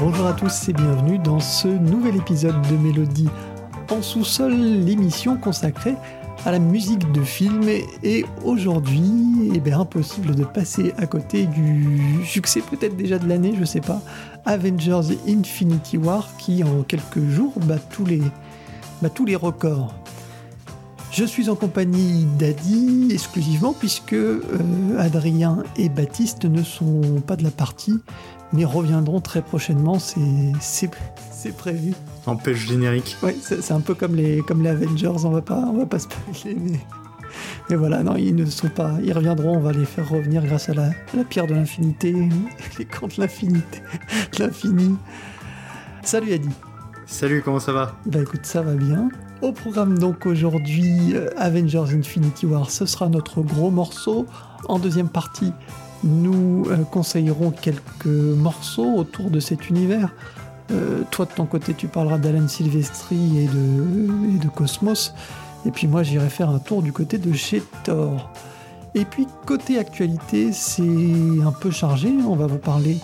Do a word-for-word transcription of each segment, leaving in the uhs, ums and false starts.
Bonjour à tous et bienvenue dans ce nouvel épisode de Mélodie en sous-sol, l'émission consacrée à la musique de film. Et aujourd'hui, eh bien, impossible de passer à côté du succès peut-être déjà de l'année, je sais pas, Avengers Infinity War, qui en quelques jours bat tous les, bat tous les records. Je suis en compagnie d'Adi exclusivement puisque euh, Adrien et Baptiste ne sont pas de la partie, mais reviendront très prochainement, c'est, c'est, c'est prévu. En pêche générique. Oui, c'est, c'est un peu comme les, comme les Avengers, on va pas, on va pas spoiler, mais, mais voilà, non, ils ne sont pas, ils reviendront, on va les faire revenir grâce à la, la pierre de l'infinité, les camps de l'infinité, de l'infini. Salut Adi. Salut, comment ça va ? Bah écoute, ça va bien. Au programme donc aujourd'hui, euh, Avengers Infinity War, ce sera notre gros morceau. En deuxième partie, nous euh, conseillerons quelques morceaux autour de cet univers. Euh, toi de ton côté, tu parleras d'Alan Silvestri et de, et de Cosmos. Et puis moi, j'irai faire un tour du côté de chez Thor. Et puis côté actualité, c'est un peu chargé. On va vous parler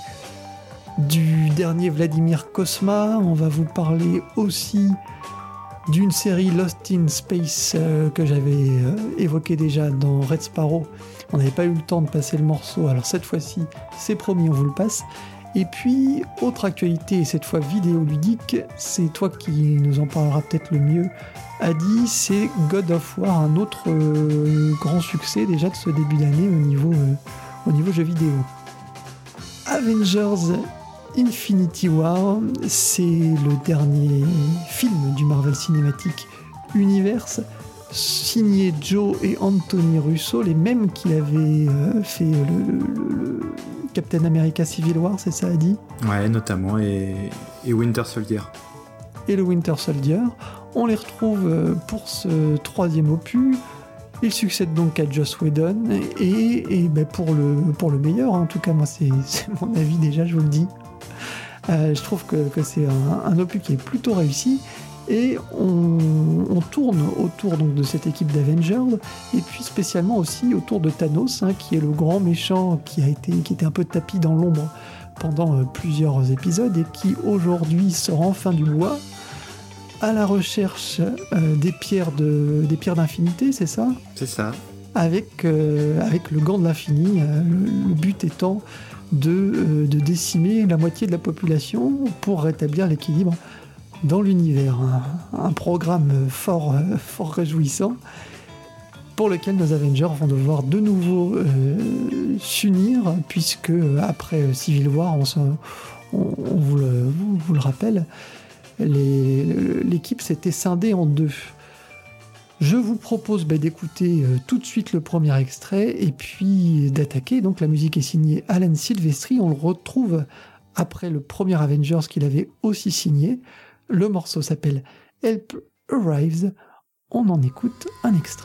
du dernier Vladimir Cosma. On va vous parler aussi d'une série Lost in Space euh, que j'avais euh, évoquée déjà dans Red Sparrow. On n'avait pas eu le temps de passer le morceau, alors cette fois-ci, c'est promis, on vous le passe. Et puis, autre actualité, et cette fois vidéoludique, c'est toi qui nous en parlera peut-être le mieux, Adi, c'est God of War, un autre euh, grand succès déjà de ce début d'année au niveau, euh, au niveau jeu vidéo. Avengers Infinity War, c'est le dernier film du Marvel Cinematic Universe, signé Joe et Anthony Russo, les mêmes qui avaient euh, fait le, le, le Captain America Civil War, c'est ça, Adi ? Ouais, notamment, et, et Winter Soldier. Et le Winter Soldier. On les retrouve pour ce troisième opus. Ils succèdent donc à Joss Whedon, et, et ben pour, le, pour le meilleur, en tout cas, moi, c'est, c'est mon avis déjà, je vous le dis. Euh, je trouve que, que c'est un, un opus qui est plutôt réussi et on, on tourne autour donc, de cette équipe d'Avengers et puis spécialement aussi autour de Thanos, hein, qui est le grand méchant qui a été qui était un peu tapis dans l'ombre pendant euh, plusieurs épisodes et qui aujourd'hui sort enfin du bois à la recherche euh, des pierres de des pierres d'infinité, c'est ça ? C'est ça. Avec euh, avec le gant de l'infini, euh, le, le but étant De, euh, de décimer la moitié de la population pour rétablir l'équilibre dans l'univers. Un, un programme fort, euh, fort réjouissant pour lequel nos Avengers vont devoir de nouveau euh, s'unir, puisque après Civil War, on, se, on, on vous, le, vous, vous le rappelle, les, l'équipe s'était scindée en deux. Je vous propose bah, d'écouter euh, tout de suite le premier extrait et puis d'attaquer. Donc la musique est signée Alan Silvestri. On le retrouve après le premier Avengers qu'il avait aussi signé. Le morceau s'appelle Help Arrives. On en écoute un extrait.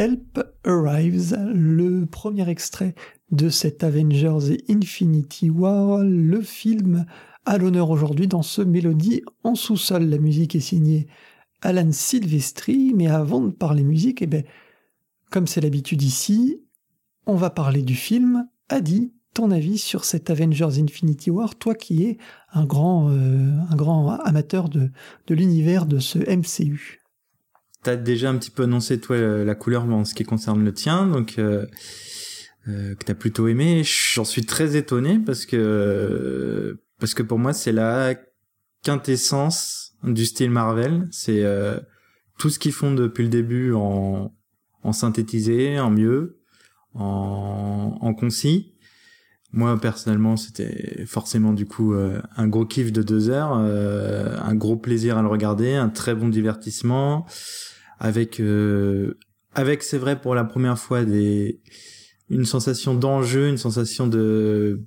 Help Arrives, le premier extrait de cet Avengers Infinity War, le film à l'honneur aujourd'hui dans ce Mélodie en sous-sol. La musique est signée Alan Silvestri, mais avant de parler musique, eh ben, comme c'est l'habitude ici, on va parler du film. Adi, ton avis sur cet Avengers Infinity War, toi qui es un grand, euh, un grand amateur de, de l'univers de ce M C U. T'as déjà un petit peu annoncé, toi, la couleur en ce qui concerne le tien, donc euh, euh, que t'as plutôt aimé. J'en suis très étonné parce que euh, parce que pour moi, c'est la quintessence du style Marvel. C'est euh, tout ce qu'ils font depuis le début en, en synthétisé, en mieux, en, en concis. Moi, personnellement, c'était forcément du coup euh, un gros kiff de deux heures, euh, un gros plaisir à le regarder, un très bon divertissement, avec, euh, avec c'est vrai pour la première fois des une sensation d'enjeu, une sensation de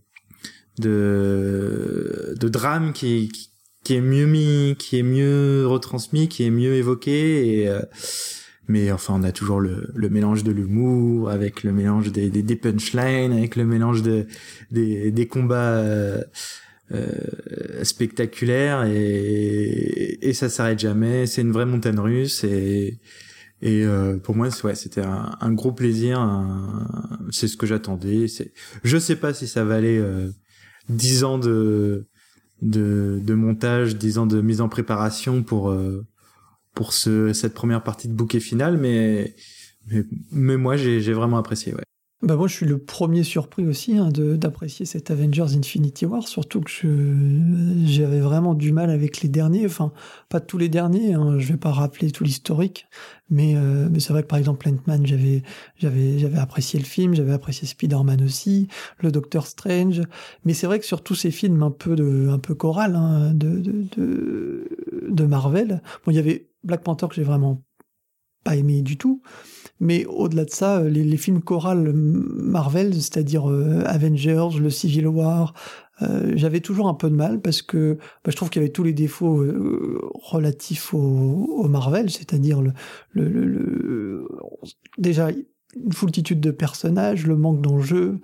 de de drame qui qui, qui est mieux mis, qui est mieux retransmis, qui est mieux évoqué et euh, mais enfin, on a toujours le, le mélange de l'humour, avec le mélange des, des, des punchlines, avec le mélange de, des, des combats euh, euh, spectaculaires, et, et ça s'arrête jamais. C'est une vraie montagne russe, et, et euh, pour moi, ouais, c'était un, un gros plaisir. Un, c'est ce que j'attendais. C'est, je sais pas si ça valait euh, dix ans de, de, de montage, dix ans de mise en préparation pour... Euh, pour ce, cette première partie de bouquet final, mais, mais, mais moi, j'ai, j'ai vraiment apprécié, ouais. Bah moi, je suis le premier surpris aussi hein, de, d'apprécier cet Avengers Infinity War, surtout que je, j'avais vraiment du mal avec les derniers, enfin, pas tous les derniers, hein, je vais pas rappeler tout l'historique, mais, euh, mais c'est vrai que par exemple, Ant-Man, j'avais, j'avais, j'avais apprécié le film, j'avais apprécié Spider-Man aussi, le Doctor Strange, mais c'est vrai que sur tous ces films un peu, de, un peu choral hein, de, de, de, de Marvel, bon, il y avait Black Panther que j'ai vraiment pas aimé du tout, mais au-delà de ça, les, les films chorales Marvel, c'est-à-dire euh, Avengers, le Civil War, euh, j'avais toujours un peu de mal parce que bah, je trouve qu'il y avait tous les défauts euh, relatifs au, au Marvel, c'est-à-dire le, le, le, le déjà une foultitude de personnages, le manque d'enjeux,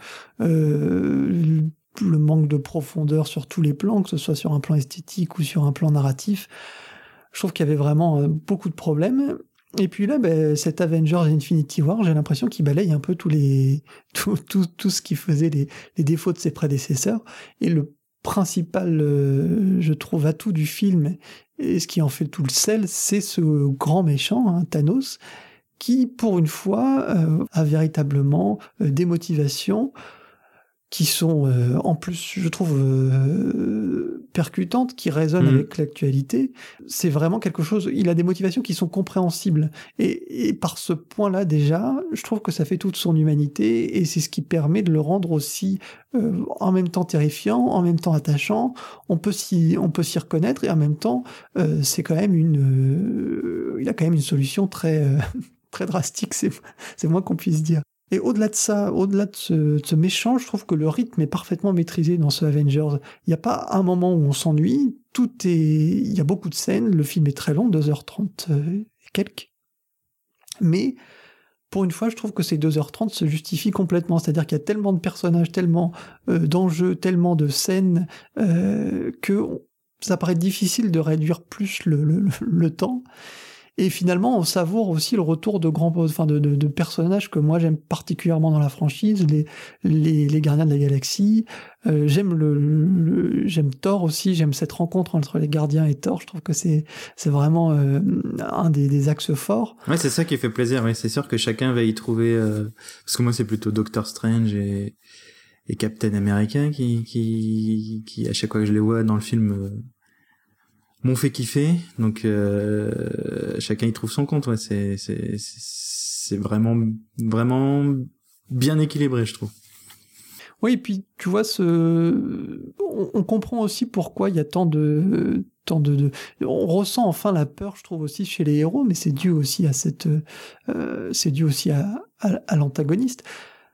euh, le manque de profondeur sur tous les plans, que ce soit sur un plan esthétique ou sur un plan narratif. Je trouve qu'il y avait vraiment beaucoup de problèmes. Et puis là, ben, cet Avengers Infinity War, j'ai l'impression qu'il balaye un peu tous les, tout, tout, tout ce qui faisait les, les défauts de ses prédécesseurs. Et le principal, euh, je trouve, atout du film, et ce qui en fait tout le sel, c'est ce grand méchant, hein, Thanos, qui, pour une fois, euh, a véritablement euh, des motivations qui sont euh, en plus, je trouve, euh, percutantes, qui résonnent mmh. avec l'actualité. C'est vraiment quelque chose... Il a des motivations qui sont compréhensibles. Et, et par ce point-là, déjà, je trouve que ça fait toute son humanité, et c'est ce qui permet de le rendre aussi euh, en même temps terrifiant, en même temps attachant. On peut s'y, on peut s'y reconnaître, et en même temps, euh, c'est quand même une... Euh, il a quand même une solution très, euh, très drastique, c'est, c'est moins qu'on puisse dire. Et au-delà de ça, au-delà de ce, de ce méchant, je trouve que le rythme est parfaitement maîtrisé dans ce Avengers. Il n'y a pas un moment où on s'ennuie, tout est... Il y a beaucoup de scènes, le film est très long, deux heures trente et quelques. Mais, pour une fois, je trouve que ces deux heures trente se justifient complètement. C'est-à-dire qu'il y a tellement de personnages, tellement euh, d'enjeux, tellement de scènes, euh, que ça paraît difficile de réduire plus le, le, le temps. Et finalement, on savoure aussi le retour de grands, enfin de, de, de personnages que moi j'aime particulièrement dans la franchise, les, les, les Gardiens de la Galaxie. Euh, j'aime le, le, j'aime Thor aussi. J'aime cette rencontre entre les Gardiens et Thor. Je trouve que c'est, c'est vraiment euh, un des, des axes forts. Ouais, c'est ça qui fait plaisir. Ouais, c'est sûr que chacun va y trouver. Euh... Parce que moi, c'est plutôt Doctor Strange et, et Captain America qui, qui, qui, à chaque fois que je les vois dans le film. Euh... m'ont fait kiffer, donc euh, chacun y trouve son compte. Ouais, c'est c'est c'est vraiment vraiment bien équilibré, je trouve. Oui, et puis tu vois, ce on, on comprend aussi pourquoi il y a tant de tant de, de on ressent enfin la peur, je trouve aussi chez les héros, mais c'est dû aussi à cette euh, c'est dû aussi à à, à l'antagoniste.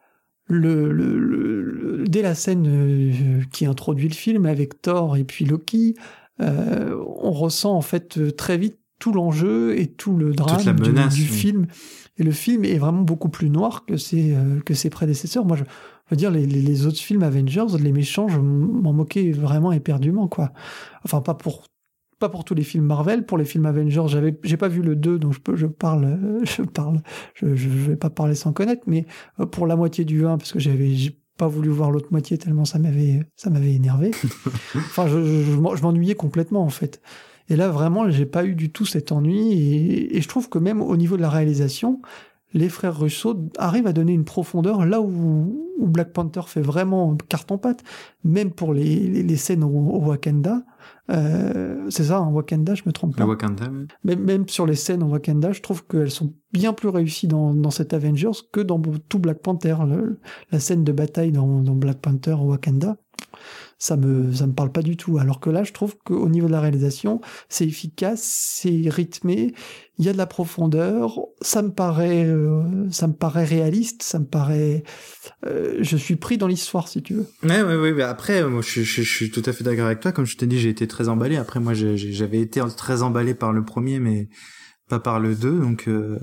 Le, le, le, dès la scène euh, qui introduit le film avec Thor et puis Loki. Euh, on ressent en fait très vite tout l'enjeu et tout le drame la menace, du, du oui. film. Et le film est vraiment beaucoup plus noir que ses, euh, que ses prédécesseurs. Moi, je veux dire, les, les, les autres films Avengers, les méchants, je m'en moquais vraiment éperdument, quoi. Enfin, pas pour, pas pour tous les films Marvel. Pour les films Avengers, j'avais, j'ai pas vu le deux, donc je peux, je parle, je parle, je, je vais pas parler sans connaître, mais pour la moitié du un, parce que j'avais, j'ai pas voulu voir l'autre moitié tellement ça m'avait, ça m'avait énervé. Enfin, je, je, je m'ennuyais complètement, en fait. Et là, vraiment, j'ai pas eu du tout cet ennui. Et, et je trouve que même au niveau de la réalisation, les frères Russo arrivent à donner une profondeur là où, où Black Panther fait vraiment carton-pâte. Même pour les, les, les scènes au, au Wakanda. Euh, c'est ça, en Wakanda, je me trompe pas. Le Wakanda, oui. Même, même sur les scènes en Wakanda, je trouve qu'elles sont bien plus réussies dans, dans cet Avengers que dans tout Black Panther. Le, la scène de bataille dans, dans Black Panther au Wakanda, ça me ça me parle pas du tout, alors que là je trouve qu'au niveau de la réalisation c'est efficace, c'est rythmé, il y a de la profondeur, ça me paraît euh, ça me paraît réaliste, ça me paraît euh, je suis pris dans l'histoire, si tu veux. Ouais ouais ouais, mais après moi je, je, je suis tout à fait d'accord avec toi. Comme je t'ai dit, j'ai été très emballé. Après moi j'ai, j'avais été très emballé par le premier mais pas par le deux, donc euh...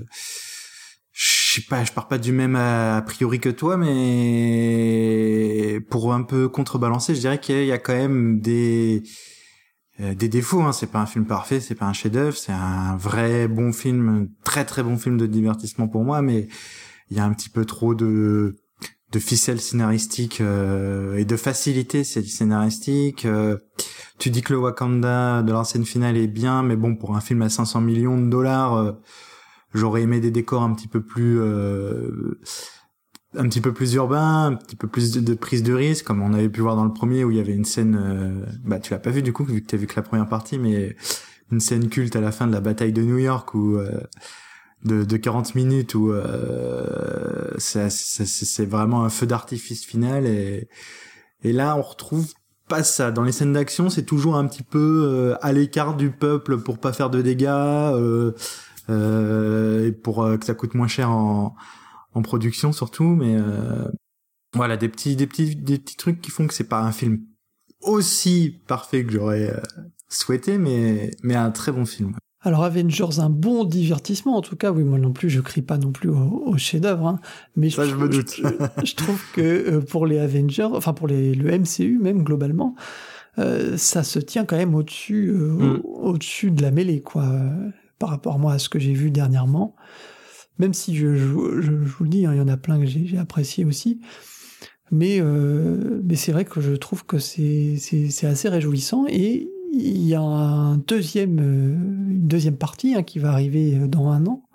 je sais pas, je pars pas du même a, a priori que toi, mais pour un peu contrebalancer, je dirais qu'il y a quand même des euh, des défauts. Hein. C'est pas un film parfait, c'est pas un chef-d'œuvre, c'est un vrai bon film, très très bon film de divertissement pour moi, mais il y a un petit peu trop de de ficelles scénaristiques euh, et de facilité scénaristique. Euh, tu dis que le Wakanda de l'ancienne finale est bien, mais bon, pour un film à cinq cents millions de dollars. Euh, J'aurais aimé des décors un petit peu plus, euh, un petit peu plus urbains, un petit peu plus de, de prise de risque, comme on avait pu voir dans le premier où il y avait une scène, euh, bah tu l'as pas vu du coup vu que t'as vu que la première partie, mais une scène culte à la fin de la bataille de New York où euh, de, de quarante minutes où euh, c'est, c'est, c'est vraiment un feu d'artifice final et et là on retrouve pas ça. Dans les scènes d'action, c'est toujours un petit peu euh, à l'écart du peuple pour pas faire de dégâts. Euh, Euh, et pour euh, que ça coûte moins cher en, en production surtout, mais euh, voilà, des petits des petits des petits trucs qui font que c'est pas un film aussi parfait que j'aurais euh, souhaité, mais mais un très bon film. Alors Avengers, un bon divertissement en tout cas. Oui, moi non plus, je crie pas non plus au, au chef-d'œuvre, hein, mais ça je, je me doute. Je, je trouve que euh, pour les Avengers, enfin pour les le M C U même globalement, euh, ça se tient quand même au-dessus euh, mm. au, au-dessus de la mêlée, quoi. Euh, par rapport moi à ce que j'ai vu dernièrement, même si je, je, je, je vous le dis, hein, il y en a plein que j'ai, j'ai apprécié aussi, mais, euh, mais c'est vrai que je trouve que c'est, c'est, c'est assez réjouissant, et il y a un deuxième, euh, une deuxième partie hein, qui va arriver dans un an,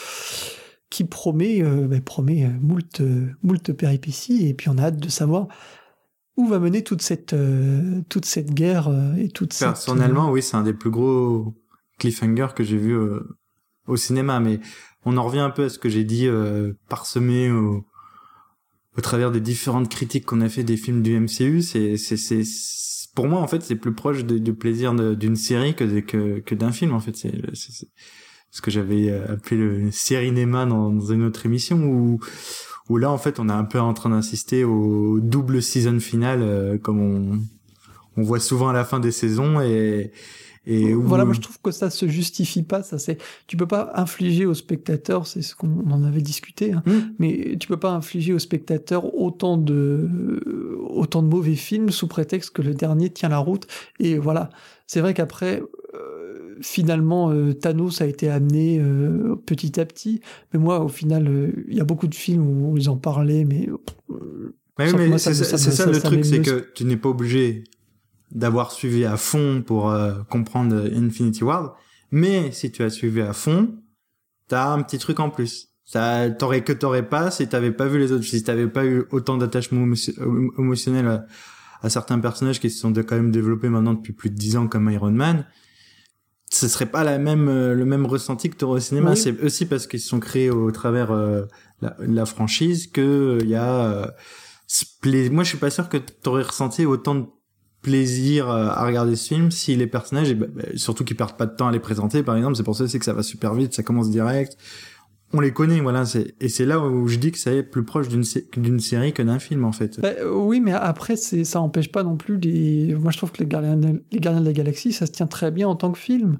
qui promet, euh, bah, promet moult, moult péripéties, et puis on a hâte de savoir où va mener toute cette, euh, toute cette guerre euh, et toute cette... Personnellement, euh... oui, c'est un des plus gros cliffhanger que j'ai vu euh, au cinéma, mais on en revient un peu à ce que j'ai dit euh, parsemé au, au travers des différentes critiques qu'on a fait des films du M C U. C'est, c'est, c'est, c'est pour moi en fait c'est plus proche de, du plaisir de, d'une série que, de, que que d'un film en fait. C'est, c'est, c'est ce que j'avais appelé le série-néma dans, dans une autre émission où où là en fait on est un peu en train d'insister au double season final euh, comme on on voit souvent à la fin des saisons et Et où... Voilà, moi je trouve que ça se justifie pas. Ça c'est, tu peux pas infliger au spectateur, c'est ce qu'on en avait discuté, hein, mmh. mais tu peux pas infliger au spectateur autant de euh, autant de mauvais films sous prétexte que le dernier tient la route. Et voilà, c'est vrai qu'après euh, finalement euh, Thanos a été amené euh, petit à petit, mais moi au final il euh, y a beaucoup de films où ils en parlaient, mais. Euh, mais oui, mais moi, c'est ça, ça, c'est ça, ça le ça truc, c'est que tu n'es pas obligé d'avoir suivi à fond pour euh, comprendre Infinity War, mais si tu as suivi à fond, t'as un petit truc en plus. Ça, t'aurais que t'aurais pas si t'avais pas vu les autres, si t'avais pas eu autant d'attachement émotionnel à, à certains personnages qui se sont quand même développés maintenant depuis plus de dix ans comme Iron Man. Ce serait pas la même le même ressenti que t'aurais au cinéma. Oui. C'est aussi parce qu'ils se sont créés au travers euh, la, la franchise que il y a. Euh, moi, je suis pas sûr que t'aurais ressenti autant de plaisir à regarder ce film si les personnages, et bah, surtout qu'ils perdent pas de temps à les présenter par exemple. C'est pour ça aussi que ça va super vite, ça commence direct, on les connaît, voilà. C'est, et c'est là où je dis que ça est plus proche d'une, sé- d'une série que d'un film, en fait. Bah, oui, mais après, c'est, ça empêche pas non plus les... Moi, je trouve que les Gardiens de, les Gardiens de la Galaxie, ça se tient très bien en tant que film.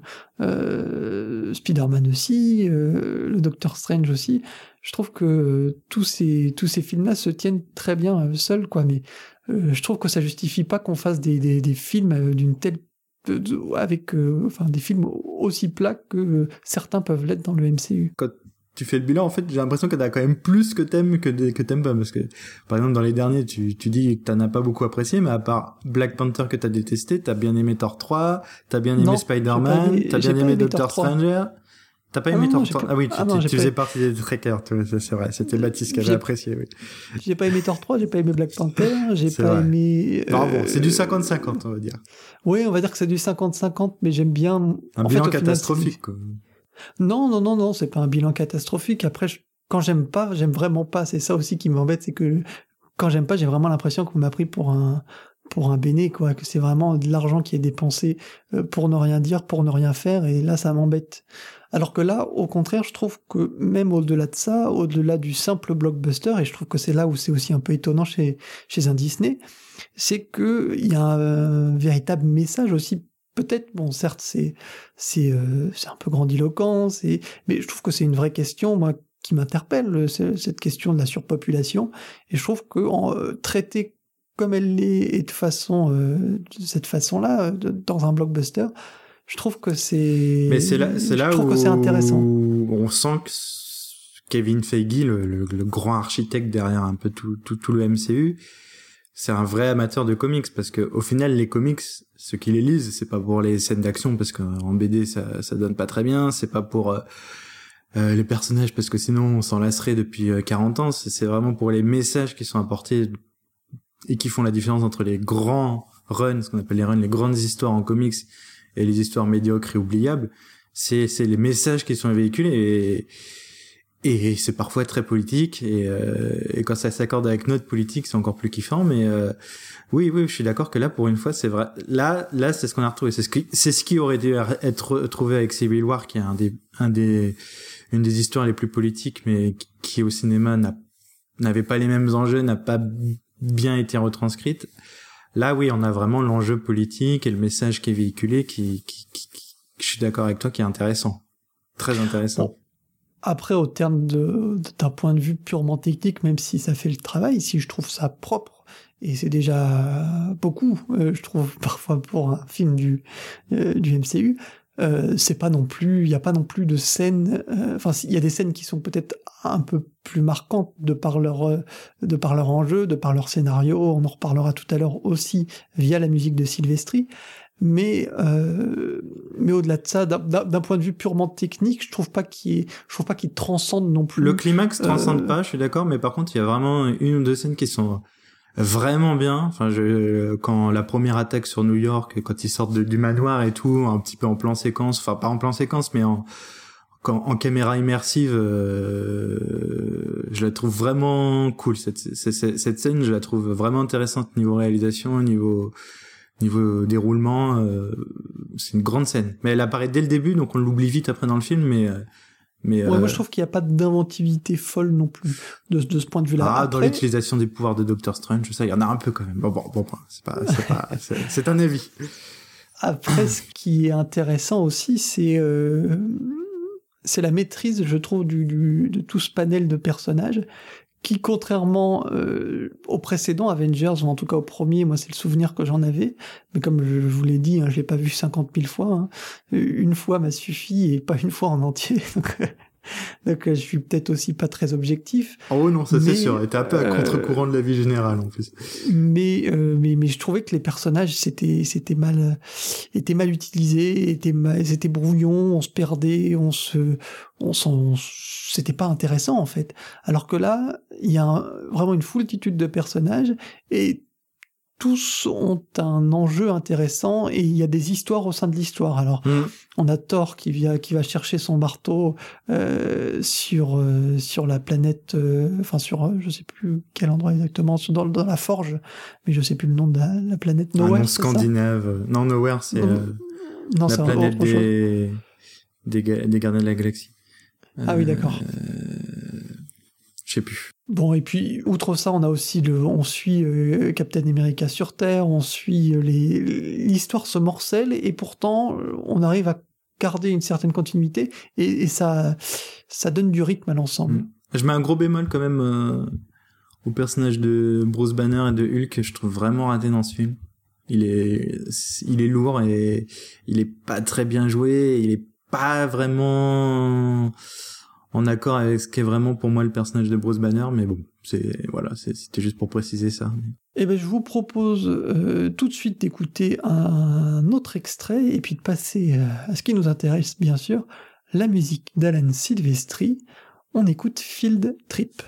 Euh, Spider-Man aussi, euh, le Doctor Strange aussi. Je trouve que tous ces, tous ces films-là se tiennent très bien euh, seuls, quoi. Mais euh, je trouve que ça justifie pas qu'on fasse des, des, des films euh, d'une telle... de- de- avec euh, enfin, des films aussi plats que euh, certains peuvent l'être dans le M C U. Quand tu fais le bilan, en fait, j'ai l'impression que t'as quand même plus que t'aimes que, de, que t'aimes pas, parce que, par exemple, dans les derniers, tu, tu dis que t'en as pas beaucoup apprécié, mais à part Black Panther que t'as détesté, t'as bien aimé Thor trois, t'as bien aimé Non, Spider-Man, j'ai pas aimé- t'as j'ai bien pas aimé aimé Doctor Thor trois. Stranger. T'as pas Ah aimé non, Thor non, j'ai trois? pas- Ah oui, tu, ah non, tu, j'ai tu pas- faisais partie des trackers, toi, ça, c'est vrai. C'était Baptiste qui avait J'ai- apprécié, oui. J'ai pas aimé Thor trois, j'ai pas aimé Black Panther, j'ai C'est pas vrai. aimé... euh, Bravo, c'est du cinquante cinquante, on va dire. Oui, on va dire que c'est du cinquante cinquante, mais j'aime bien... Un en bilan fait, au final, catastrophique, quoi. c'est- Non, non, non, non, c'est pas un bilan catastrophique. Après, je- quand j'aime pas, j'aime vraiment pas. C'est ça aussi qui m'embête, c'est que quand j'aime pas, j'ai vraiment l'impression qu'on m'a pris pour un pour un béné, quoi, que c'est vraiment de l'argent qui est dépensé euh, pour ne rien dire, pour ne rien faire, et là, ça m'embête. Alors que là, au contraire, je trouve que même au-delà de ça, au-delà du simple blockbuster, et je trouve que c'est là où c'est aussi un peu étonnant chez, chez un Disney, c'est que il y a un, euh, véritable message aussi. Peut-être, bon, certes, c'est c'est euh, c'est un peu grandiloquent, c'est mais je trouve que c'est une vraie question, moi, qui m'interpelle, c'est- cette question de la surpopulation, et je trouve que en, euh, traiter comme elle l'est et de façon euh, de cette façon-là, euh, de- dans un blockbuster, je trouve que c'est Mais c'est là, c'est là je trouve où que c'est intéressant. on sent que Kevin Feige, le, le, le grand architecte derrière un peu tout, tout, tout le M C U, c'est un vrai amateur de comics, parce que au final, les comics, ceux qui les lisent, c'est pas pour les scènes d'action, parce qu'en B D, ça, ça donne pas très bien, c'est pas pour euh, euh, les personnages, parce que sinon, on s'en lasserait depuis euh, quarante ans, c'est, c'est vraiment pour les messages qui sont apportés et qui font la différence entre les grands runs, ce qu'on appelle les runs, les grandes histoires en comics, et les histoires médiocres et oubliables. C'est, c'est les messages qui sont véhiculés, et, et c'est parfois très politique, et, euh, et quand ça s'accorde avec notre politique, c'est encore plus kiffant, mais euh, oui, oui, je suis d'accord que là, pour une fois, c'est vrai. Là, là, c'est ce qu'on a retrouvé. C'est ce qui, c'est ce qui aurait dû être trouvé avec Civil War, qui est un des, un des, une des histoires les plus politiques, mais qui au cinéma n'a, n'avait pas les mêmes enjeux, n'a pas bien été retranscrite. Là, oui, on a vraiment l'enjeu politique et le message qui est véhiculé, qui, qui, qui, qui je suis d'accord avec toi, qui est intéressant, très intéressant. Bon. Après, au terme de, d'un point de vue purement technique, même si ça fait le travail, si je trouve ça propre, et c'est déjà beaucoup, euh, je trouve parfois pour un film du euh, du M C U, euh, c'est pas non plus, il y a pas non plus de scènes, enfin, euh, il y a des scènes qui sont peut-être un peu plus marquantes de par leur euh, de par leur enjeu, de par leur scénario. On en reparlera tout à l'heure aussi via la musique de Silvestri. Mais euh, mais au-delà de ça, d'un, d'un point de vue purement technique, je trouve pas qu'il est, je trouve pas qu'il transcende non plus. Le climax transcende euh... pas, je suis d'accord, mais par contre, il y a vraiment une ou deux scènes qui sont vraiment bien. Enfin, je, quand la première attaque sur New York, quand ils sortent de, du manoir et tout, un petit peu en plan séquence, enfin pas en plan séquence, mais en quand, en caméra immersive, euh, je la trouve vraiment cool. Cette, cette, cette scène, je la trouve vraiment intéressante niveau réalisation, niveau niveau déroulement. Euh, c'est une grande scène, mais elle apparaît dès le début, donc on l'oublie vite après dans le film, mais mais ouais, euh... moi je trouve qu'il n'y a pas d'inventivité folle non plus de, de ce point de vue-là. Ah, après... dans l'utilisation des pouvoirs de Doctor Strange, ça, il y en a un peu quand même. Bon, bon, bon, c'est pas, c'est pas, c'est, c'est un avis. Après, ce qui est intéressant aussi, c'est euh, c'est la maîtrise, je trouve, du, du de tout ce panel de personnages qui, contrairement euh, au précédent Avengers, ou en tout cas au premier, moi c'est le souvenir que j'en avais, mais comme je, je vous l'ai dit, hein, je l'ai pas vu cinquante mille fois, hein, une fois m'a suffi, et pas une fois en entier, donc, donc je suis peut-être aussi pas très objectif. Oh non, ça mais, c'est sûr, et t'es un peu à euh, contre-courant de la vie générale en plus. Mais, euh, mais, mais je trouvais que les personnages c'était, c'était mal, étaient mal utilisés, étaient mal, c'était brouillon, on se perdait, on se, on s'en, c'était pas intéressant en fait. Alors que là, il y a un, vraiment une foultitude de personnages et tous ont un enjeu intéressant et il y a des histoires au sein de l'histoire. Alors, mmh. on a Thor qui vient, qui va chercher son marteau euh, sur euh, sur la planète, euh, enfin sur euh, je sais plus quel endroit exactement, dans, dans la forge, mais je sais plus le nom de la, la planète. Nowhere, un nom scandinave. Non, Nowhere, c'est non, euh, non, la c'est planète des, des des gardiens de la galaxie. Ah euh, oui, d'accord. sais plus. Bon, et puis, outre ça, on a aussi le, on suit euh, Captain America sur Terre, on suit euh, les, l'histoire se morcelle, et pourtant, euh, on arrive à garder une certaine continuité, et, et ça, ça donne du rythme à l'ensemble. Mmh. Je mets un gros bémol quand même euh, au personnage de Bruce Banner et de Hulk, que je trouve vraiment raté dans ce film. Il est, il est lourd et il est pas très bien joué, il est pas vraiment en accord avec ce qu'est vraiment pour moi le personnage de Bruce Banner, mais bon, c'est voilà, c'est, c'était juste pour préciser ça. Eh ben, je vous propose euh, tout de suite d'écouter un autre extrait et puis de passer euh, à ce qui nous intéresse, bien sûr, la musique d'Alan Silvestri. On écoute Field Trip.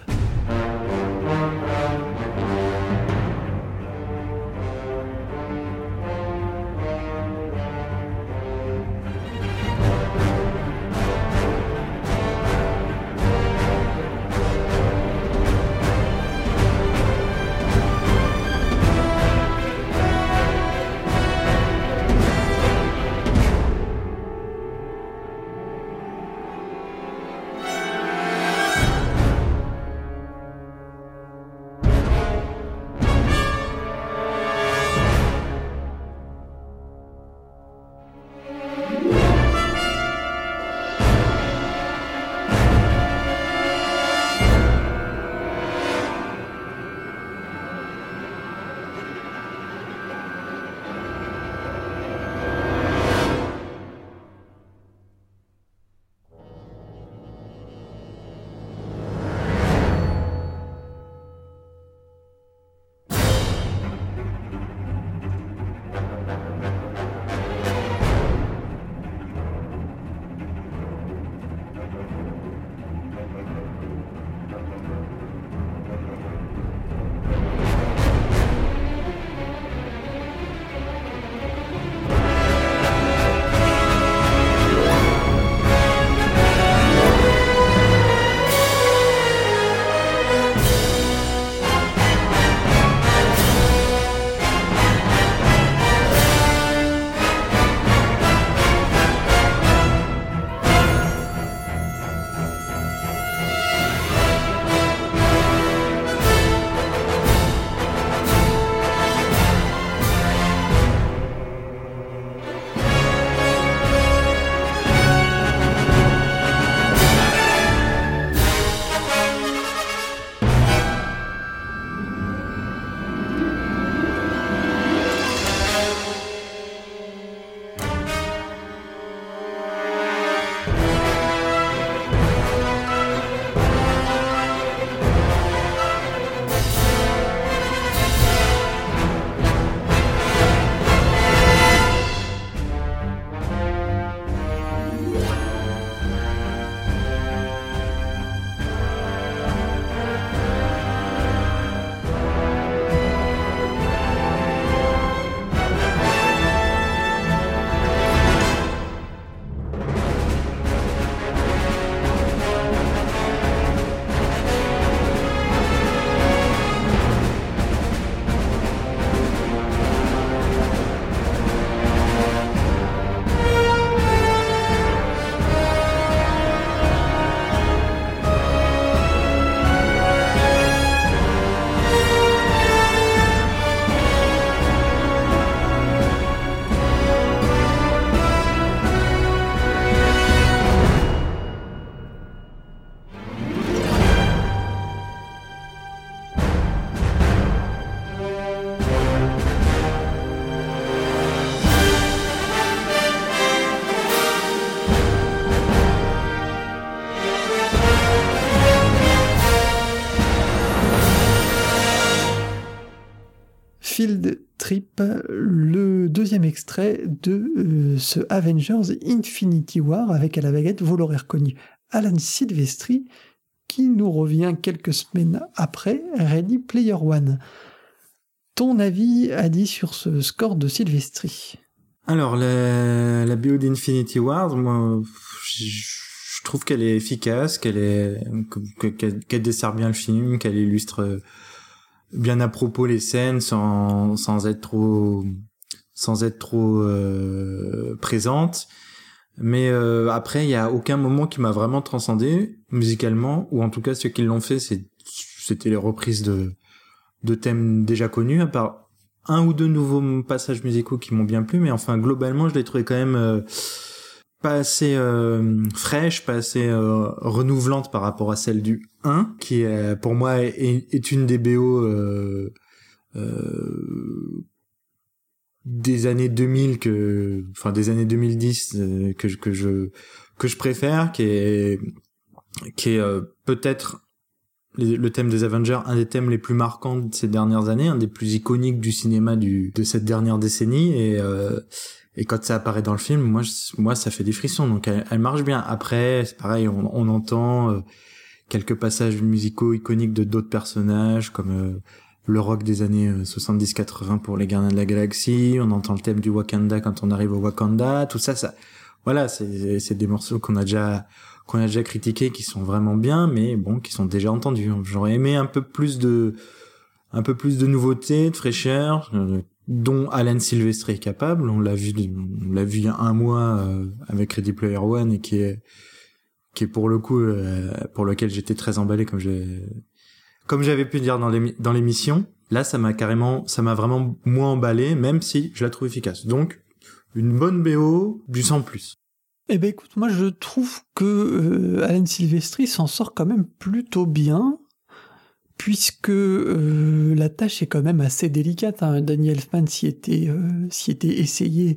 Field Trip, le deuxième extrait de euh, ce Avengers Infinity War avec à la baguette, vous l'aurez reconnu, Alan Silvestri, qui nous revient quelques semaines après Ready Player One. Ton avis, Adi, sur ce score de Silvestri? Alors, la, la B O d'Infinity War, moi, je, je trouve qu'elle est efficace, qu'elle est, qu'elle, qu'elle dessert bien le film, qu'elle illustre bien à propos les scènes sans, sans être trop, sans être trop euh, présente. Mais euh, après, il y a aucun moment qui m'a vraiment transcendé musicalement, ou en tout cas ceux qui l'ont fait, c'est c'était les reprises de de thèmes déjà connus, à part un ou deux nouveaux passages musicaux qui m'ont bien plu, mais enfin globalement je l'ai trouvé quand même euh, pas assez euh, fraîche, pas assez euh, renouvelante par rapport à celle du un, qui est, pour moi est, est une des B O euh, euh, des années deux mille que, enfin des années deux mille dix euh, que que je que je préfère, qui est qui est euh, peut-être les, le thème des Avengers, un des thèmes les plus marquants de ces dernières années, un des plus iconiques du cinéma du de cette dernière décennie, et euh, et quand ça apparaît dans le film, moi je, moi ça fait des frissons, donc elle, elle marche bien. Après c'est pareil, on, on entend euh, quelques passages musicaux iconiques de d'autres personnages comme euh, le rock des années soixante-dix quatre-vingts pour les Gardiens de la Galaxie, on entend le thème du Wakanda quand on arrive au Wakanda, tout ça, ça, voilà, c'est, c'est des morceaux qu'on a déjà, qu'on a déjà critiqués, qui sont vraiment bien, mais bon, qui sont déjà entendus. J'aurais aimé un peu plus de, un peu plus de nouveautés, de fraîcheur, euh, dont Alan Silvestri est capable. On l'a vu, on l'a vu il y a un mois euh, avec Ready Player One, et qui est, qui est pour le coup, euh, pour lequel j'étais très emballé, comme j'ai, comme j'avais pu dire dans, l'émi- dans l'émission. Là, ça m'a carrément, ça m'a vraiment moins emballé, même si je la trouve efficace. Donc, une bonne B O, du cent plus. Eh ben écoute, moi je trouve que euh, Alan Silvestri s'en sort quand même plutôt bien, puisque euh, la tâche est quand même assez délicate. Hein. Danny Elfman s'y était, euh, s'y était essayé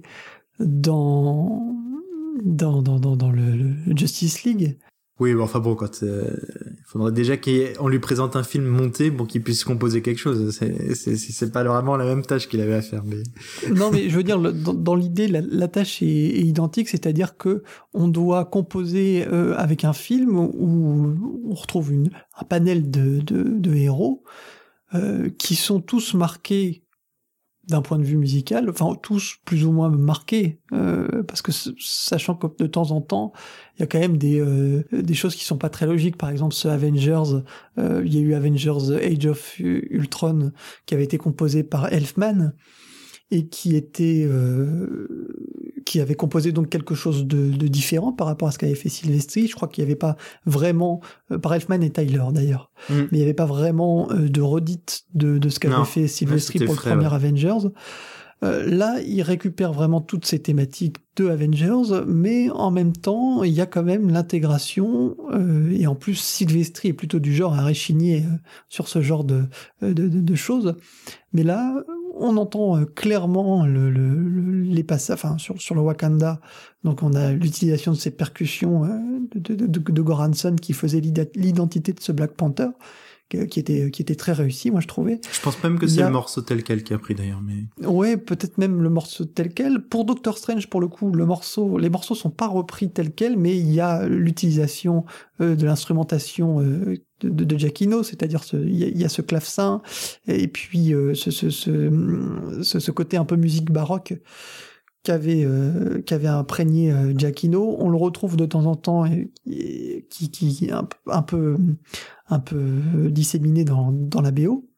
dans, dans, dans, dans, dans le, le Justice League. Oui, bon, enfin bon, quand euh, il faudrait déjà qu'on lui présente un film monté pour qu'il puisse composer quelque chose. C'est, c'est, c'est pas vraiment la même tâche qu'il avait à faire. Mais... Non, mais je veux dire, le, dans, dans l'idée, la, la tâche est, est identique, c'est-à-dire que on doit composer euh, avec un film où on retrouve une, un panel de, de, de héros euh, qui sont tous marqués d'un point de vue musical, enfin tous plus ou moins marqués, euh, parce que sachant que de temps en temps, il y a quand même des euh, des choses qui sont pas très logiques. Par exemple, ce Avengers, euh, il y a eu Avengers Age of Ultron qui avait été composé par Elfman et qui était euh, qui avait composé donc quelque chose de, de différent par rapport à ce qu'avait fait Silvestri. Je crois qu'il n'y avait pas vraiment, euh, par Elfman et Tyler d'ailleurs, mm. mais il n'y avait pas vraiment euh, de redite de, de ce qu'avait non, fait Silvestri pour le frais, premier ouais. Avengers. Euh, là, il récupère vraiment toutes ces thématiques de Avengers, mais en même temps, il y a quand même l'intégration, euh, et en plus, Silvestri est plutôt du genre à réchigner euh, sur ce genre de, de, de, de choses. Mais là, on entend euh, clairement le, le, le, les passages, enfin, sur, sur le Wakanda. Donc, on a l'utilisation de ces percussions euh, de, de, de, de Goranson qui faisait l'identité de ce Black Panther, qui était, qui était très réussi, moi, je trouvais. Je pense même que c'est a... le morceau tel quel qui a pris, d'ailleurs, mais... Ouais, peut-être même le morceau tel quel. Pour Doctor Strange, pour le coup, le morceau, les morceaux sont pas repris tel quel, mais il y a l'utilisation euh, de l'instrumentation euh, de, de, de Giacchino, c'est-à-dire ce, il, y a, il y a ce clavecin, et puis euh, ce, ce, ce, ce, ce côté un peu musique baroque qu'avait euh, qu'avait imprégné euh, Giacchino. On le retrouve de temps en temps et, et qui qui un, un peu un peu disséminé dans dans la B O.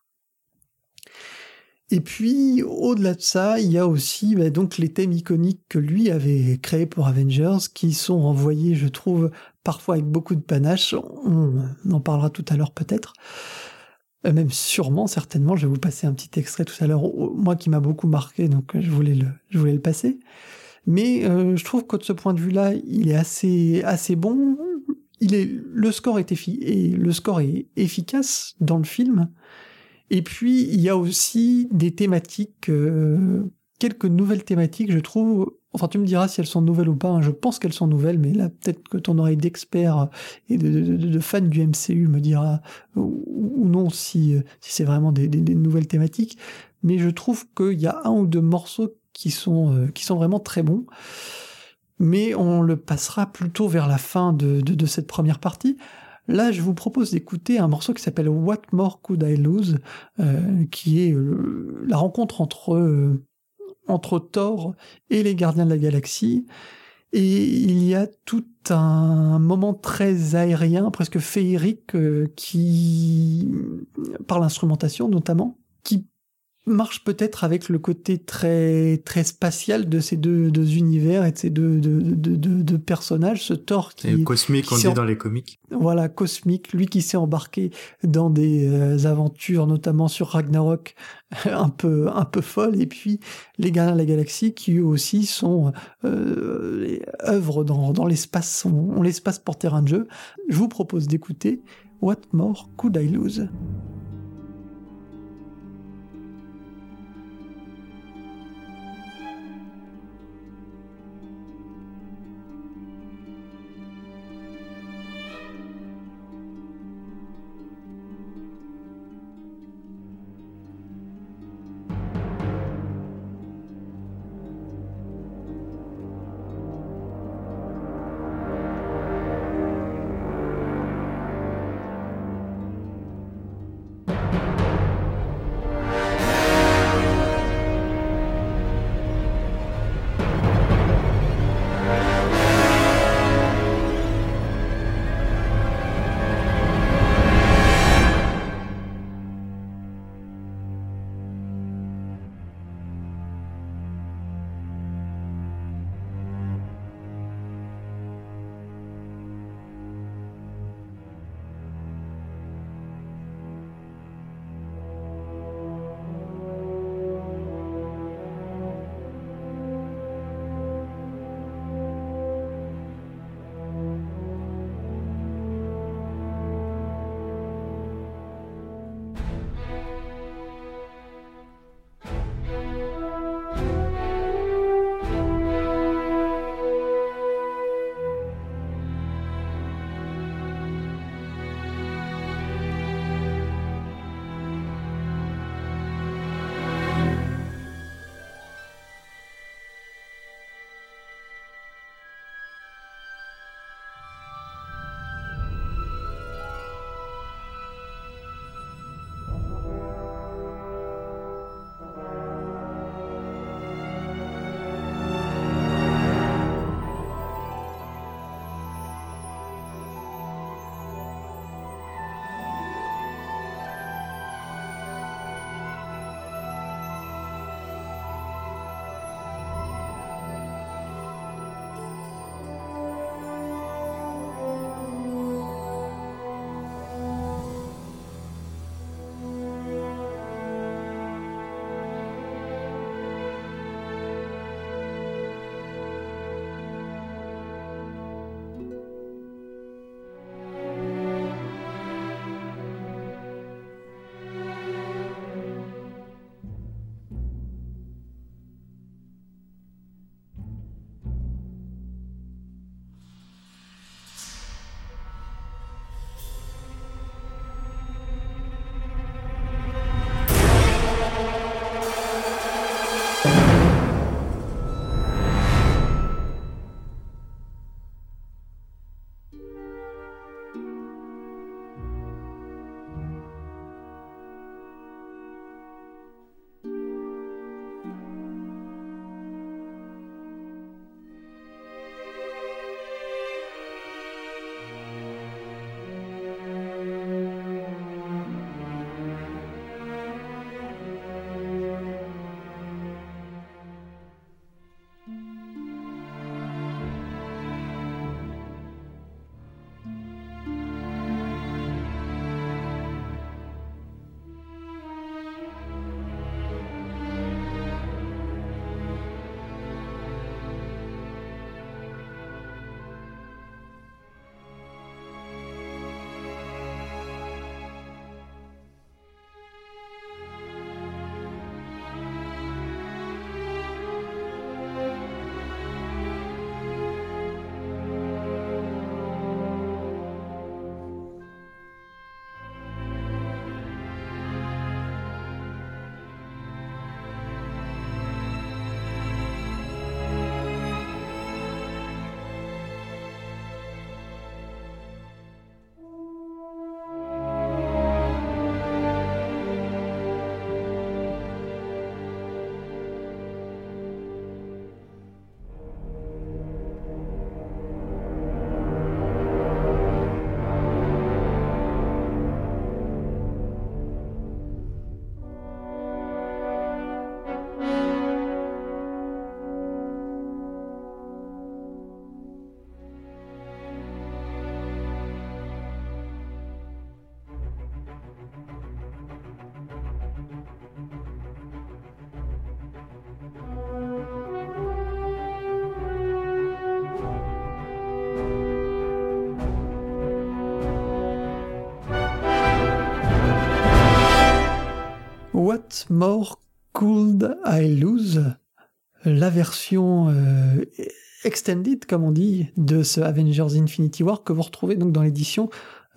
Et puis au-delà de ça, il y a aussi bah, donc les thèmes iconiques que lui avait créés pour Avengers, qui sont envoyés, je trouve, parfois avec beaucoup de panache. On en parlera tout à l'heure peut-être. Même sûrement, certainement, je vais vous passer un petit extrait tout à l'heure, moi qui m'a beaucoup marqué, donc je voulais le, je voulais le passer. Mais euh, je trouve que de ce point de vue-là, il est assez, assez bon. Il est, le score est effi- et le score est efficace dans le film. Et puis il y a aussi des thématiques, euh, quelques nouvelles thématiques, je trouve. Enfin, tu me diras si elles sont nouvelles ou pas. Hein. Je pense qu'elles sont nouvelles, mais là, peut-être que ton oreille d'expert et de, de, de, de fan du M C U me dira ou, ou non si, si c'est vraiment des, des, des nouvelles thématiques. Mais je trouve qu'il y a un ou deux morceaux qui sont, euh, qui sont vraiment très bons. Mais on le passera plutôt vers la fin de, de, de cette première partie. Là, je vous propose d'écouter un morceau qui s'appelle What More Could I Lose, euh, qui est euh, la rencontre entre... Euh, entre Thor et les Gardiens de la Galaxie, et il y a tout un moment très aérien, presque féerique, euh, qui, par l'instrumentation notamment, qui marche peut-être avec le côté très très spatial de ces deux, deux univers et de ces deux, deux, deux, deux, deux personnages. Ce Thor qui Et est cosmique, qui on s'est dit en- dans les comics. voilà, cosmique, lui qui s'est embarqué dans des euh, aventures, notamment sur Ragnarok, un peu un peu folles, et puis les Gardiens de la Galaxie qui eux aussi sont euh, œuvrent dans, dans l'espace, ont, ont l'espace pour terrain de jeu. Je vous propose d'écouter What More Could I Lose? What More Could I Lose, la version euh, extended, comme on dit, de ce Avengers Infinity War que vous retrouvez donc dans l'édition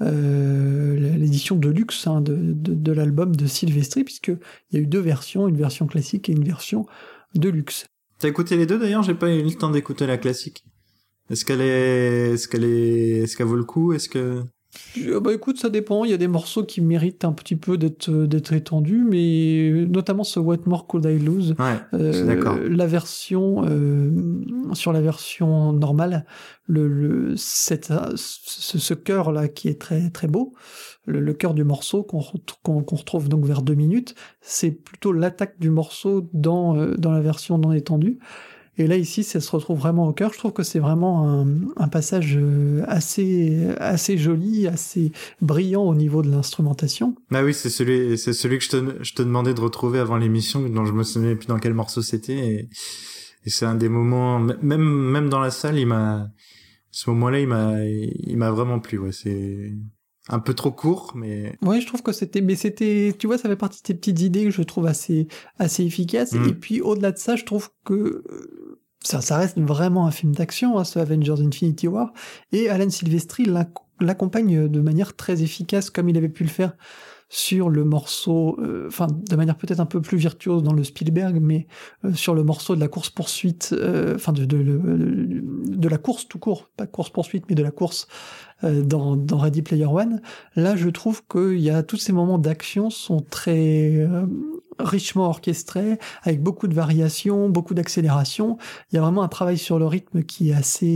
euh, l'édition de luxe hein, de, de, de l'album de Silvestri, puisqu'il y a eu deux versions, une version classique et une version de luxe. T'as écouté les deux d'ailleurs? J'ai pas eu le temps d'écouter la classique. Est-ce qu'elle est, est-ce qu'elle est, est-ce qu'elle vaut le coup? Est-ce que... Bah écoute, ça dépend. Il y a des morceaux qui méritent un petit peu d'être d'être étendus, mais notamment ce What More Could I Lose. Ouais, euh, je suis d'accord. La version euh, sur la version normale, le, le cette, ce, ce chœur là qui est très très beau, le, le chœur du morceau qu'on, qu'on, qu'on retrouve donc vers deux minutes, c'est plutôt l'attaque du morceau dans euh, dans la version non étendue. Et là, ici, ça se retrouve vraiment au cœur. Je trouve que c'est vraiment un, un passage assez, assez joli, assez brillant au niveau de l'instrumentation. Bah oui, c'est celui, c'est celui que je te, je te demandais de retrouver avant l'émission, dont je me souvenais plus dans quel morceau c'était. Et, et c'est un des moments, même, même dans la salle, il m'a, ce moment-là, il m'a, il m'a vraiment plu, ouais. C'est un peu trop court, mais... Ouais, je trouve que c'était, mais c'était, tu vois, ça fait partie de tes petites idées que je trouve assez, assez efficaces. Mmh. Et puis, au-delà de ça, je trouve que ça, ça reste vraiment un film d'action, hein, ce Avengers Infinity War. Et Alan Silvestri l'accompagne de manière très efficace, comme il avait pu le faire sur le morceau, enfin, euh, de manière peut-être un peu plus virtuose dans le Spielberg, mais euh, sur le morceau de la course-poursuite, enfin, euh, de, de, de, de la course tout court, pas course-poursuite, mais de la course euh, dans, dans Ready Player One. Là, je trouve qu'il y a tous ces moments d'action sont très euh, richement orchestrés, avec beaucoup de variations, beaucoup d'accélération. Il y a vraiment un travail sur le rythme qui est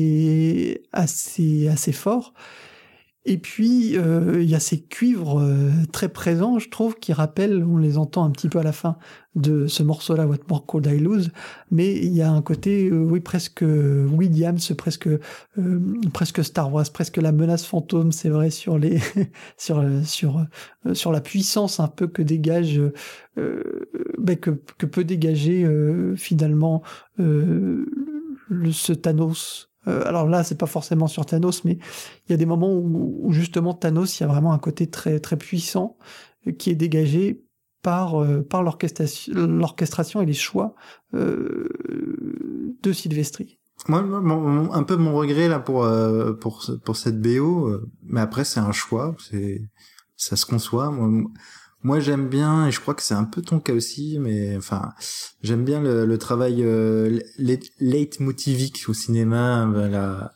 assez, assez, assez fort. Et puis, euh, il y a ces cuivres euh, très présents, je trouve, qui rappellent, on les entend un petit peu à la fin de ce morceau-là, What More Could I Lose, mais il y a un côté, euh, oui, presque Williams, presque euh, presque Star Wars, presque la menace fantôme, c'est vrai, sur les sur sur euh, sur la puissance un peu que dégage, euh, ben, que que peut dégager euh, finalement euh, le, ce Thanos. Euh, alors là, c'est pas forcément sur Thanos, mais il y a des moments où, où justement Thanos, il y a vraiment un côté très très puissant euh, qui est dégagé par euh, par l'orchestration, l'orchestration et les choix euh, de Silvestri. Moi, mon, un peu mon regret là pour euh, pour pour cette B O, euh, mais après c'est un choix, c'est ça se conçoit. Moi, Moi, j'aime bien, et je crois que c'est un peu ton cas aussi, mais enfin, j'aime bien le, le travail euh, leitmotivique au cinéma, à la,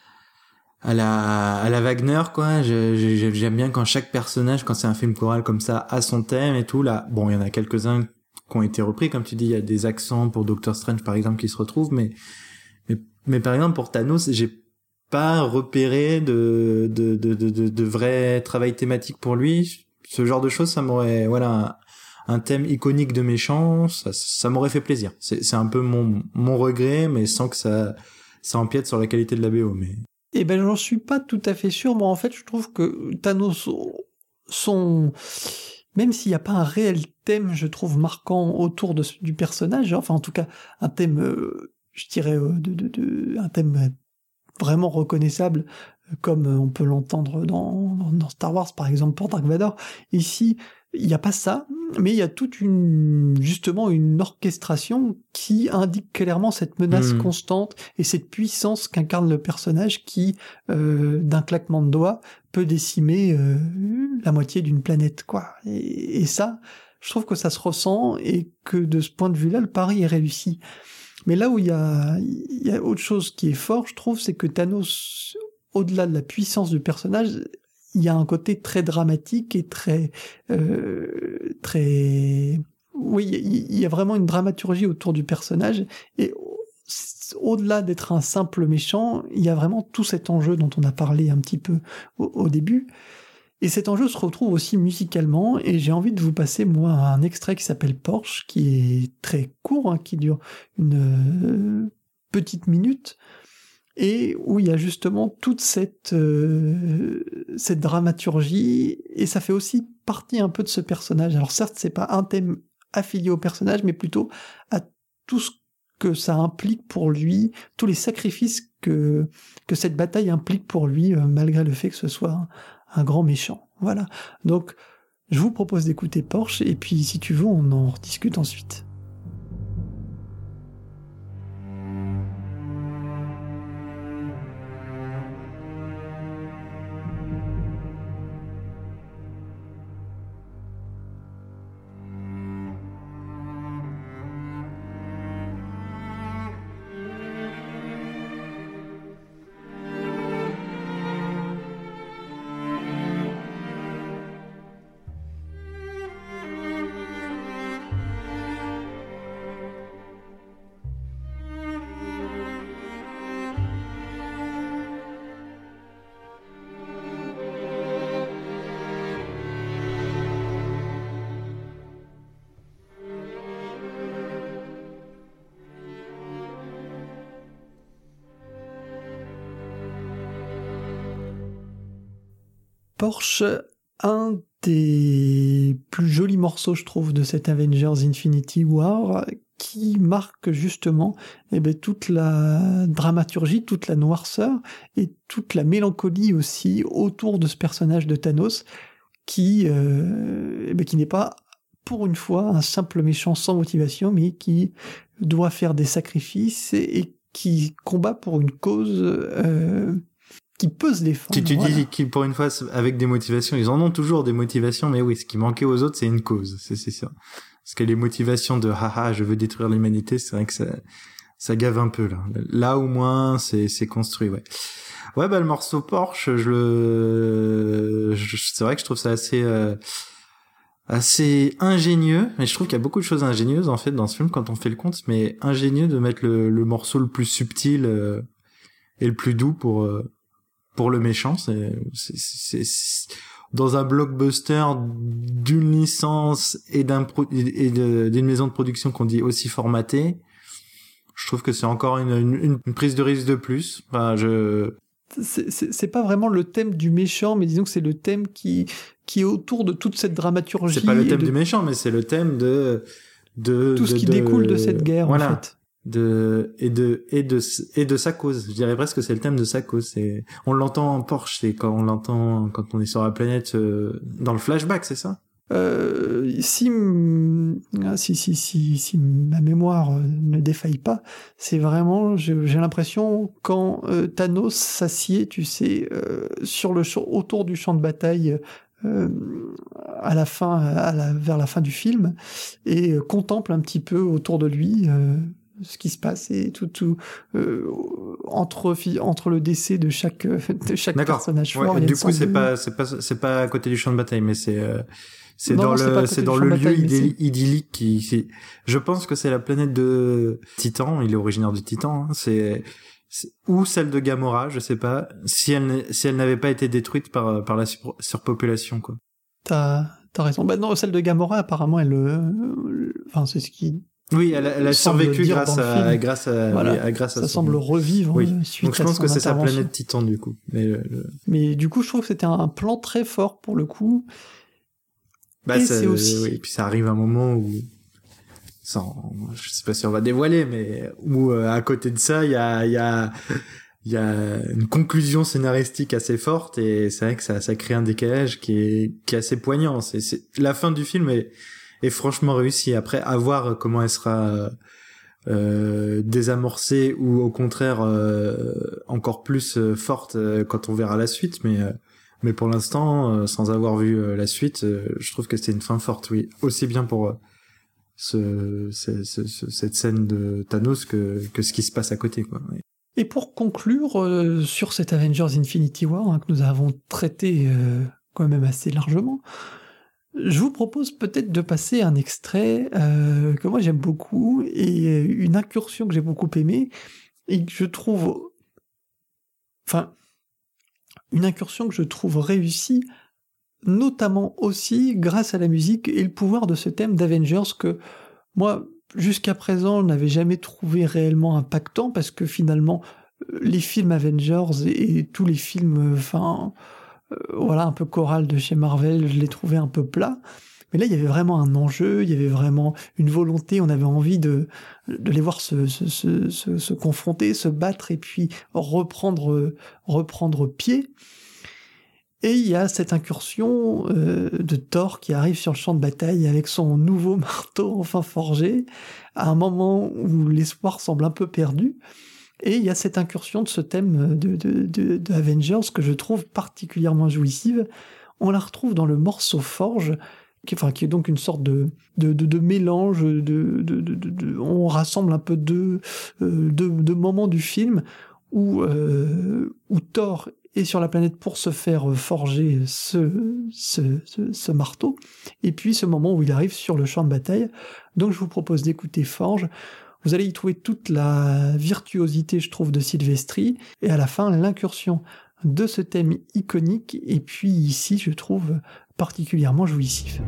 à la, à la Wagner, quoi. Je, je, j'aime bien quand chaque personnage, quand c'est un film choral comme ça, a son thème et tout. Là, bon, il y en a quelques-uns qui ont été repris, comme tu dis, il y a des accents pour Doctor Strange, par exemple, qui se retrouvent, mais, mais, mais par exemple, pour Thanos, j'ai pas repéré de, de, de, de, de, de vrai travail thématique pour lui. Ce genre de choses, ça m'aurait, voilà, un, un thème iconique de méchant, ça, ça m'aurait fait plaisir. C'est, c'est un peu mon, mon regret, mais sans que ça, ça empiète sur la qualité de la B O, mais. Eh ben, j'en suis pas tout à fait sûr. Moi, en fait, je trouve que Thanos, son, même s'il n'y a pas un réel thème, je trouve marquant autour de, du personnage, enfin, en tout cas, un thème, euh, je dirais, euh, de, de, de, un thème vraiment reconnaissable, comme on peut l'entendre dans, dans Star Wars, par exemple, pour Dark Vador. Ici, il n'y a pas ça, mais il y a toute une, justement, une orchestration qui indique clairement cette menace mmh. constante et cette puissance qu'incarne le personnage qui, euh, d'un claquement de doigts, peut décimer euh, la moitié d'une planète, quoi. Et, et ça, je trouve que ça se ressent et que de ce point de vue-là, le pari est réussi. Mais là où il y a, il y a autre chose qui est fort, je trouve, c'est que Thanos, au-delà de la puissance du personnage, il y a un côté très dramatique et très, euh, très, oui, il y a vraiment une dramaturgie autour du personnage. Et au-delà d'être un simple méchant, il y a vraiment tout cet enjeu dont on a parlé un petit peu au, au début. Et cet enjeu se retrouve aussi musicalement, et j'ai envie de vous passer, moi, un extrait qui s'appelle Porsche, qui est très court, hein, qui dure une euh, petite minute, et où il y a justement toute cette, euh, cette dramaturgie, et ça fait aussi partie un peu de ce personnage. Alors certes, c'est pas un thème affilié au personnage, mais plutôt à tout ce que ça implique pour lui, tous les sacrifices que, que cette bataille implique pour lui, euh, malgré le fait que ce soit un, un grand méchant. Voilà. Donc, Je vous propose d'écouter Porsche, et puis si tu veux, on en rediscute ensuite. Porsche, un des plus jolis morceaux, je trouve, de cet Avengers Infinity War, qui marque justement eh ben, toute la dramaturgie, toute la noirceur et toute la mélancolie aussi autour de ce personnage de Thanos, qui, euh, eh ben, qui n'est pas, pour une fois, un simple méchant sans motivation, mais qui doit faire des sacrifices et, et qui combat pour une cause... Euh, qui peut se défendre. Tu, tu voilà. dis qu'ils, pour une fois, avec des motivations, ils en ont toujours des motivations, mais oui, ce qui manquait aux autres, c'est une cause, c'est, c'est ça. Parce que les motivations de haha, je veux détruire l'humanité, c'est vrai que ça, ça gave un peu, là. Là, au moins, c'est, c'est construit, ouais. Ouais, bah, le morceau Porsche, je le, je, c'est vrai que je trouve ça assez, euh, assez ingénieux, mais je trouve qu'il y a beaucoup de choses ingénieuses, en fait, dans ce film, quand on fait le compte, mais ingénieux de mettre le, le morceau le plus subtil, euh, et le plus doux pour, euh, pour le méchant. C'est, c'est, c'est, c'est dans un blockbuster d'une licence et d'un pro, et de, d'une maison de production qu'on dit aussi formatée. Je trouve que c'est encore une, une, une prise de risque de plus. Enfin, je, c'est, c'est, c'est pas vraiment le thème du méchant, mais disons que c'est le thème qui, qui est autour de toute cette dramaturgie. C'est pas le thème de... du méchant, mais c'est le thème de, de, tout de, ce qui de, découle de cette guerre, voilà. en fait. De, et de, et de, et de sa cause. Je dirais presque que c'est le thème de sa cause. C'est, on l'entend en Porsche, c'est quand on l'entend, quand on est sur la planète, euh, dans le flashback, c'est ça? Euh, si, si, si, si, si ma mémoire ne défaille pas, c'est vraiment, j'ai, j'ai l'impression, quand euh, Thanos s'assied, tu sais, euh, sur le champ, autour du champ de bataille, euh, à la fin, à la, vers la fin du film, et euh, contemple un petit peu autour de lui euh, ce qui se passe et tout, tout euh, entre entre le décès de chaque de chaque D'accord. personnage ouais, fort. Du coup, c'est de... pas c'est pas c'est pas à côté du champ de bataille, mais c'est euh, c'est non, dans non, le c'est, c'est dans le lieu bataille, idylli- idyllique qui. C'est, je pense que c'est la planète de Titan. Il est originaire du Titan. Hein, c'est, c'est ou celle de Gamora, je sais pas. Si elle si elle n'avait pas été détruite par par la sur, surpopulation, quoi. T'as t'as raison. Bah non, celle de Gamora, apparemment, elle, euh, enfin, c'est ce qui. Oui, elle a, elle a survécu grâce à, grâce à, voilà. oui, à, grâce à ça son... semble revivre oui. suite Donc je pense à son que c'est sa intervention. planète Titan, du coup. Mais, le... Mais du coup, je trouve que c'était un plan très fort pour le coup. Bah, et c'est, c'est aussi... oui, et puis ça arrive un moment où, sans, je sais pas si on va dévoiler, mais où, euh, à côté de ça, il y a, il y a, il y a une conclusion scénaristique assez forte, et c'est vrai que ça, ça crée un décalage qui est, qui est assez poignant. C'est, c'est, la fin du film est, est franchement réussie. Après, à voir comment elle sera, euh, désamorcée ou au contraire, euh, encore plus euh, forte euh, quand on verra la suite, mais, euh, mais pour l'instant, euh, sans avoir vu euh, la suite, euh, je trouve que c'était une fin forte, oui. Aussi bien pour euh, ce, ce, ce, ce, cette scène de Thanos que, que ce qui se passe à côté, quoi. Oui. Et pour conclure euh, sur cet Avengers Infinity War, hein, que nous avons traité euh, quand même assez largement, je vous propose peut-être de passer un extrait euh, que moi j'aime beaucoup, et une incursion que j'ai beaucoup aimée, et que je trouve... Enfin... une incursion que je trouve réussie, notamment aussi grâce à la musique et le pouvoir de ce thème d'Avengers que moi, jusqu'à présent, n'avais jamais trouvé réellement impactant, parce que finalement, les films Avengers et, et tous les films, enfin, euh, voilà, un peu choral de chez Marvel, je les trouvais un peu plats. Mais là, il y avait vraiment un enjeu, il y avait vraiment une volonté, on avait envie de, de les voir se, se, se, se, se confronter, se battre et puis reprendre, reprendre pied. Et il y a cette incursion euh, de Thor qui arrive sur le champ de bataille avec son nouveau marteau enfin forgé, à un moment où l'espoir semble un peu perdu. Et il y a cette incursion de ce thème de, de, de, de Avengers que je trouve particulièrement jouissive. On la retrouve dans le morceau Forge, qui, enfin, qui est donc une sorte de, de, de, de mélange, de, de, de, de, de, on rassemble un peu deux, euh, deux, deux moments du film où, euh, où Thor est sur la planète pour se faire forger ce, ce, ce, ce marteau, et puis ce moment où il arrive sur le champ de bataille. Donc je vous propose d'écouter Forge. Vous allez y trouver toute la virtuosité, je trouve, de Silvestri, et à la fin, l'incursion de ce thème iconique, et puis ici, je trouve particulièrement jouissif.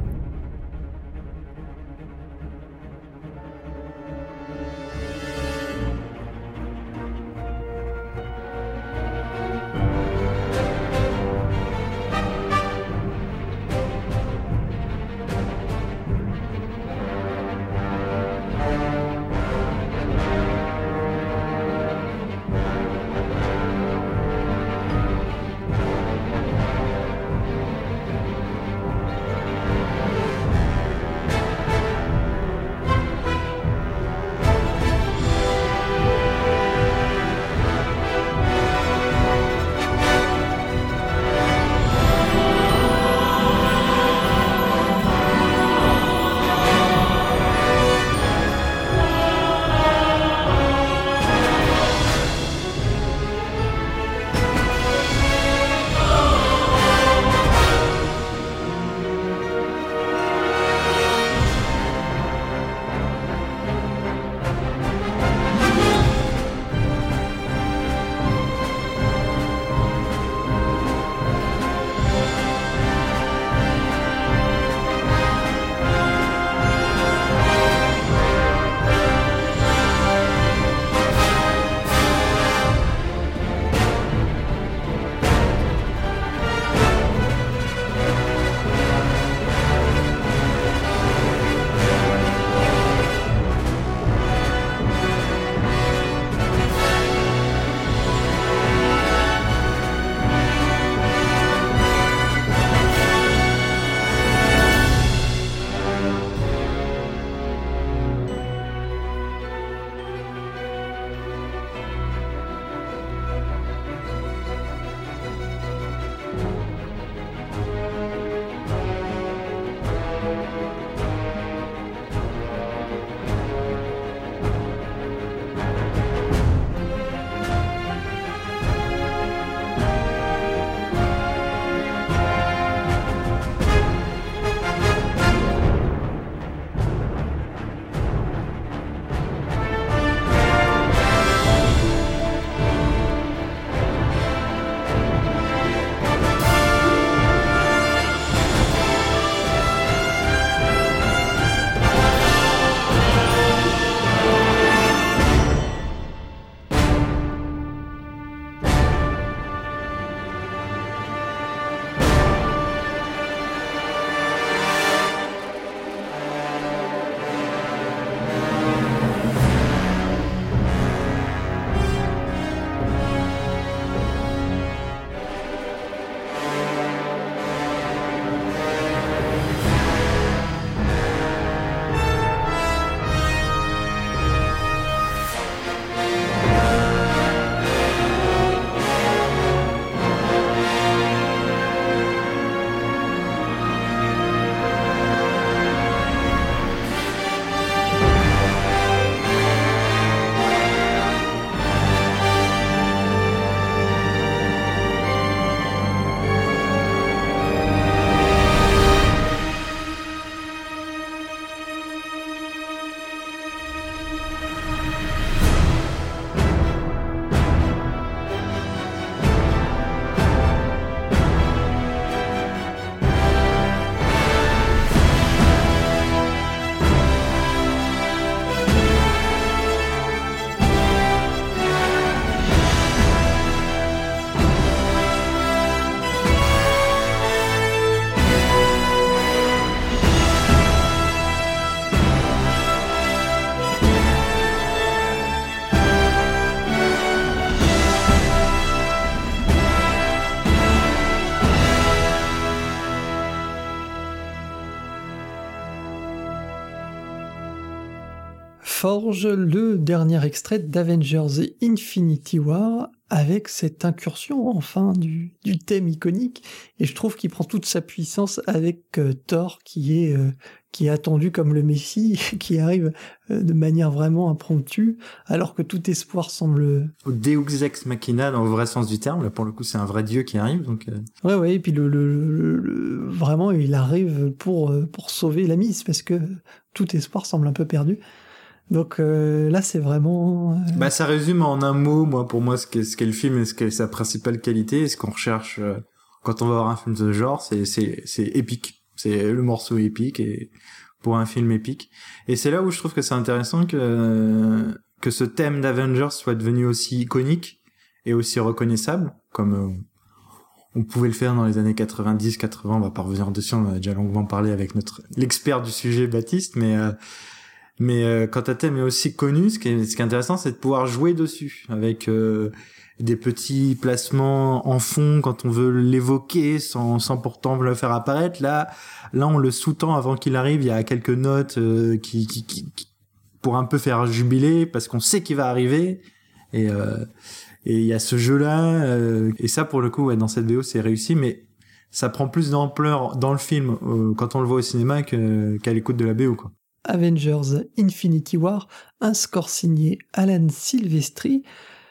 forge le dernier extrait d'Avengers Infinity War avec cette incursion enfin du, du thème iconique, et je trouve qu'il prend toute sa puissance avec euh, Thor qui est euh, qui est attendu comme le Messie, qui arrive euh, de manière vraiment impromptue alors que tout espoir semble... Deus ex machina dans le vrai sens du terme, là pour le coup c'est un vrai dieu qui arrive, donc euh... ouais ouais, et puis le, le, le, le vraiment il arrive pour pour sauver la mise parce que tout espoir semble un peu perdu. Donc euh, là, c'est vraiment... Euh... Bah, ça résume en un mot, moi, pour moi, ce qu'est, ce qu'est le film et ce qu'est sa principale qualité, et ce qu'on recherche euh, quand on va voir un film de ce genre, c'est, c'est, c'est épique. C'est le morceau épique, et pour un film épique. Et c'est là où je trouve que c'est intéressant que, que ce thème d'Avengers soit devenu aussi iconique et aussi reconnaissable, comme euh, on pouvait le faire dans les années quatre-vingt-dix, quatre-vingts, on va pas revenir dessus, on a déjà longuement parlé avec notre, l'expert du sujet, Baptiste, mais... Euh, Mais euh, quand un thème est aussi connu, ce qui est, ce qui est intéressant, c'est de pouvoir jouer dessus avec euh, des petits placements en fond quand on veut l'évoquer sans, sans pourtant le faire apparaître. Là, là, on le sous-tend avant qu'il arrive. Il y a quelques notes euh, qui, qui, qui, qui pour un peu faire jubiler parce qu'on sait qu'il va arriver. Et euh, et il y a ce jeu-là. Euh, et ça, pour le coup, ouais, dans cette V O, c'est réussi, mais ça prend plus d'ampleur dans le film euh, quand on le voit au cinéma que, qu'à l'écoute de la V O, quoi. Avengers Infinity War, un score signé Alan Silvestri,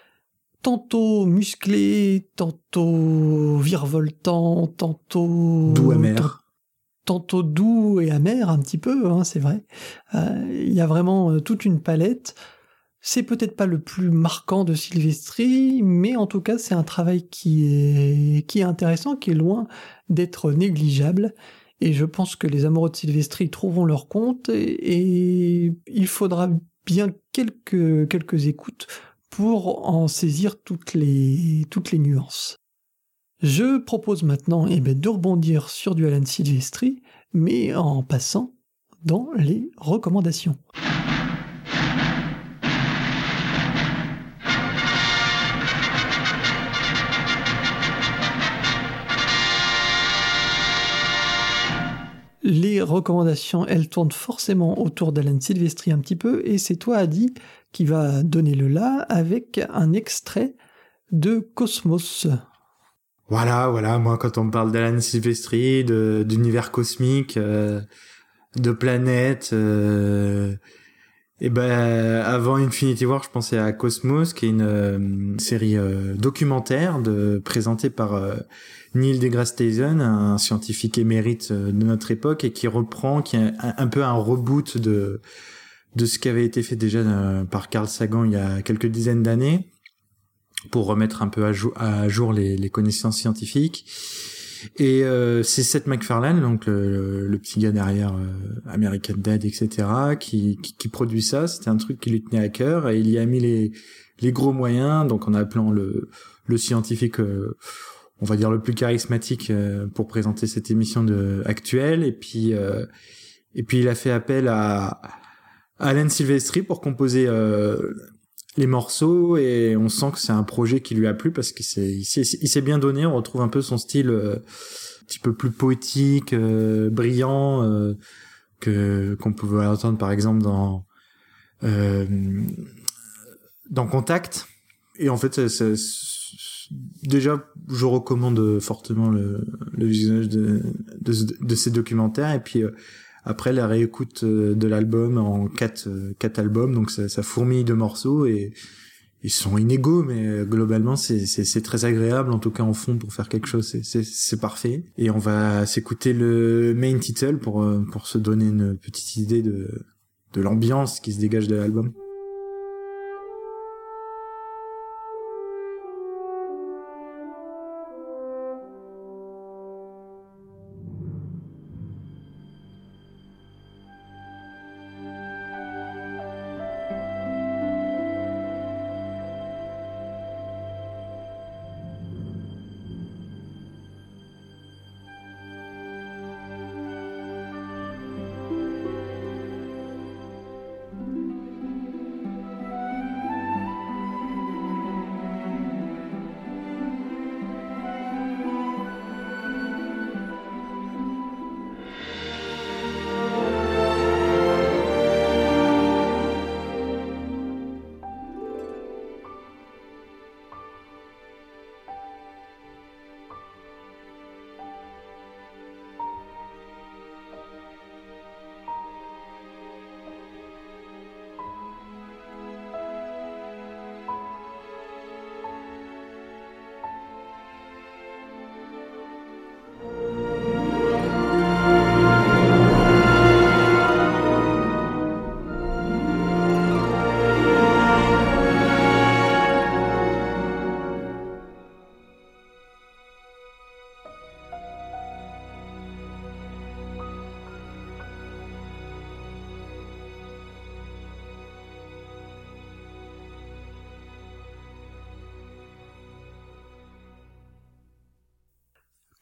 tantôt musclé, tantôt virevoltant, tantôt... Doux amer. Tantôt doux et amer un petit peu, hein, c'est vrai. Euh, il y a vraiment euh, toute une palette. C'est peut-être pas le plus marquant de Silvestri, mais en tout cas c'est un travail qui est, qui est intéressant, qui est loin d'être négligeable. Et je pense que les amoureux de Silvestri trouveront leur compte, et, et il faudra bien quelques, quelques écoutes pour en saisir toutes les, toutes les nuances. Je propose maintenant eh bien, de rebondir sur du Alan Silvestri, mais en passant dans les recommandations. Les recommandations, elles tournent forcément autour d'Alan Silvestri un petit peu, et c'est toi, Adi, qui va donner le là avec un extrait de Cosmos. Voilà, voilà, moi quand on me parle d'Alan Silvestri, de, d'univers cosmique, euh, de planètes, euh, et ben avant Infinity War, je pensais à Cosmos, qui est une, euh, une série euh, documentaire de, présentée par euh, Neil deGrasse Tyson, un scientifique émérite de notre époque, et qui reprend, qui est un, un peu un reboot de de ce qui avait été fait déjà euh, par Carl Sagan il y a quelques dizaines d'années, pour remettre un peu à jour, à jour les, les connaissances scientifiques. Et euh, c'est Seth MacFarlane, donc le, le petit gars derrière euh, American Dad, et cetera, qui, qui, qui produit ça. C'était un truc qui lui tenait à cœur, et il y a mis les, les gros moyens, donc en appelant le, le scientifique, euh, on va dire le plus charismatique, euh, pour présenter cette émission de, actuelle. Et puis, euh, et puis il a fait appel à, à Alan Silvestri pour composer euh, les morceaux, et on sent que c'est un projet qui lui a plu parce qu'il s'est, il s'est, il s'est bien donné. On retrouve un peu son style euh, un petit peu plus poétique, euh, brillant, euh, que qu'on pouvait entendre par exemple dans euh, dans Contact. Et en fait, c'est, c'est, c'est, déjà, je recommande fortement le, le visionnage de, de, de ces documentaires. Et puis euh, après, la réécoute de l'album en quatre, quatre albums, donc ça, ça fourmille de morceaux, et ils sont inégaux, mais globalement, c'est, c'est, c'est très agréable, en tout cas en fond, pour faire quelque chose, c'est, c'est, c'est parfait. Et on va s'écouter le main title pour, pour se donner une petite idée de, de l'ambiance qui se dégage de l'album.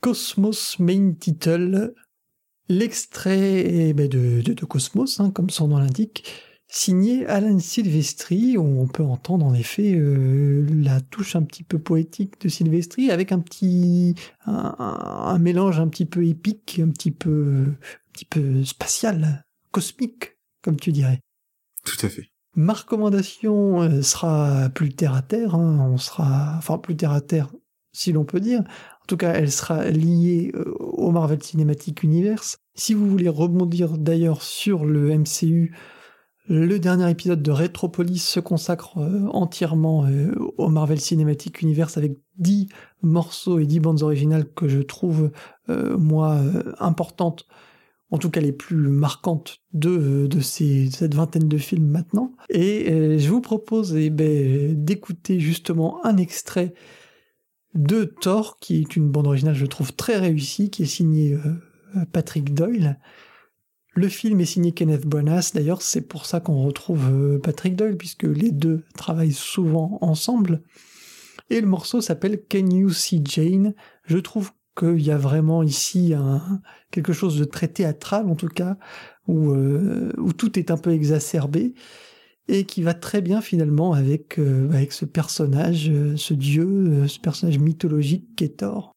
Cosmos Main Title, l'extrait ben, de, de, de Cosmos, hein, comme son nom l'indique, signé Alan Silvestri, où on peut entendre en effet euh, la touche un petit peu poétique de Silvestri, avec un petit un, un, un mélange un petit peu épique, un petit peu un petit peu spatial, cosmique, comme tu dirais. Tout à fait. Ma recommandation euh, sera plus terre à terre, hein, on sera enfin plus terre à terre si l'on peut dire. En tout cas, elle sera liée euh, au Marvel Cinematic Universe. Si vous voulez rebondir d'ailleurs sur le M C U, le dernier épisode de Retropolis se consacre euh, entièrement euh, au Marvel Cinematic Universe avec dix morceaux et dix bandes originales que je trouve, euh, moi, euh, importantes, en tout cas les plus marquantes de, de, ces, de cette vingtaine de films maintenant. Et euh, je vous propose eh ben, d'écouter justement un extrait de Thor, qui est une bande originale, je trouve, très réussie, qui est signée euh, Patrick Doyle. Le film est signé Kenneth Branagh, d'ailleurs c'est pour ça qu'on retrouve Patrick Doyle, puisque les deux travaillent souvent ensemble. Et le morceau s'appelle Can You See Jane ? Je trouve qu'il y a vraiment ici un, quelque chose de très théâtral en tout cas, où, euh, où tout est un peu exacerbé, et qui va très bien finalement avec, euh, avec ce personnage, ce dieu, ce personnage mythologique qu'est Thor.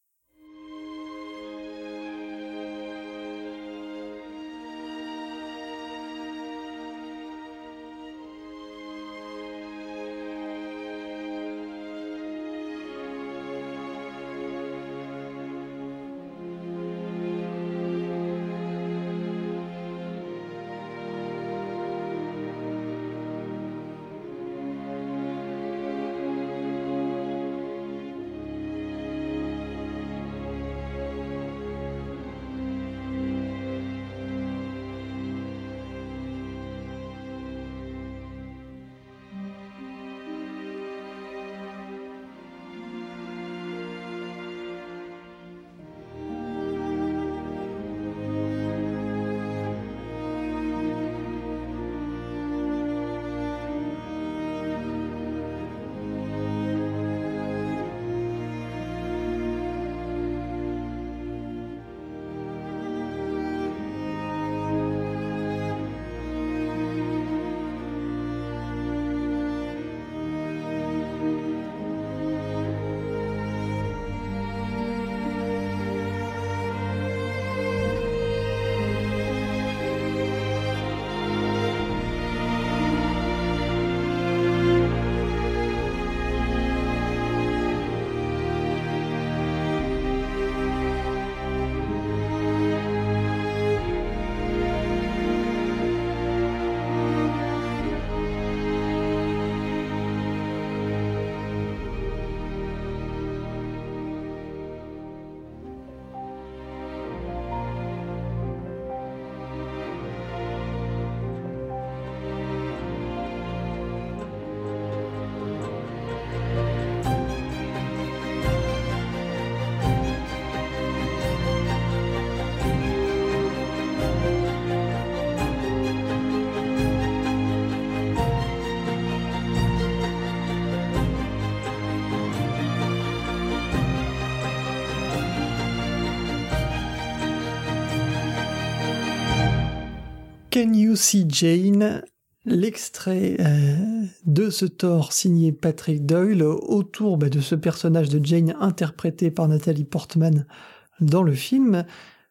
Can You See Jane, l'extrait euh, de ce Thor signé Patrick Doyle autour bah, de ce personnage de Jane interprété par Nathalie Portman dans le film.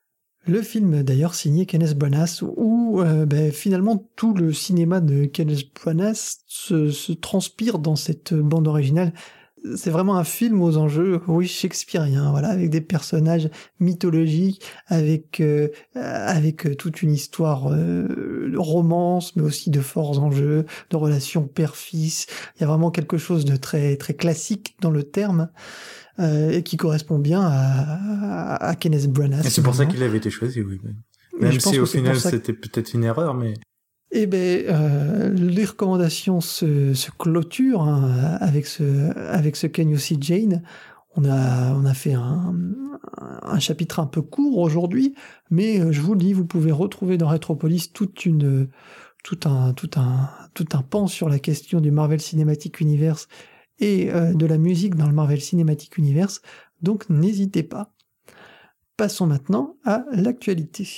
Le film d'ailleurs signé Kenneth Branagh, où euh, bah, finalement tout le cinéma de Kenneth Branagh se, se transpire dans cette bande originale. C'est vraiment un film aux enjeux, oui, shakespeariens, voilà, avec des personnages mythologiques, avec euh, avec toute une histoire euh, de romance, mais aussi de forts enjeux, de relations père-fils. Il y a vraiment quelque chose de très très classique dans le terme euh, et qui correspond bien à, à, à Kenneth Branagh. Et c'est pour ça qu'il avait été choisi, oui. Même si au final c'était que... peut-être une erreur, mais. Eh ben, euh, les recommandations se, se clôturent hein, avec ce avec ce Can You See Jane. On a on a fait un, un chapitre un peu court aujourd'hui, mais je vous le dis, vous pouvez retrouver dans Retropolis toute une tout un tout un tout un pan sur la question du Marvel Cinematic Universe et euh, de la musique dans le Marvel Cinematic Universe. Donc n'hésitez pas. passons maintenant à l'actualité.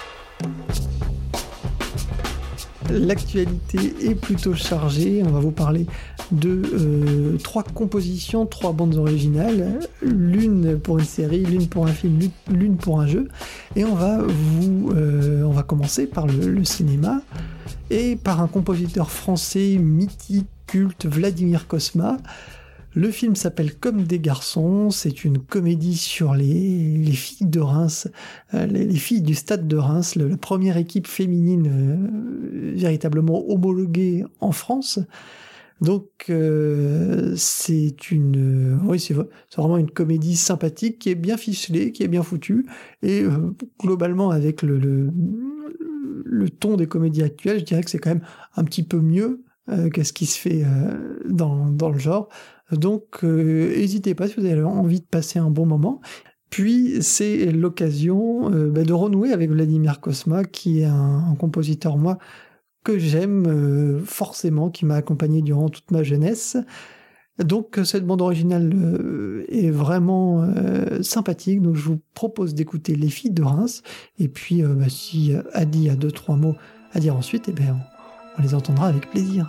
L'actualité est plutôt chargée. On va vous parler de euh, trois compositions, trois bandes originales, l'une pour une série, l'une pour un film, l'une pour un jeu. Et on va vous, euh, on va commencer par le, le cinéma et par un compositeur français mythique, culte, Vladimir Cosma. Le film s'appelle Comme des garçons, c'est une comédie sur les, les filles de Reims, euh, les, les filles du stade de Reims, le, la première équipe féminine euh, véritablement homologuée en France. Donc euh, c'est une, euh, oui c'est, c'est vraiment une comédie sympathique qui est bien ficelée, qui est bien foutue, et euh, globalement avec le, le, le ton des comédies actuelles, je dirais que c'est quand même un petit peu mieux euh, que ce qui se fait euh, dans, dans le genre. Donc, n'hésitez euh, pas si vous avez envie de passer un bon moment. Puis, c'est l'occasion euh, bah, de renouer avec Vladimir Cosma, qui est un, un compositeur, moi, que j'aime euh, forcément, qui m'a accompagné durant toute ma jeunesse. Donc, cette bande originale euh, est vraiment euh, sympathique. Donc, je vous propose d'écouter Les filles de Reims. Et puis, euh, bah, si Adi a deux, trois mots à dire ensuite, eh ben, on, on les entendra avec plaisir.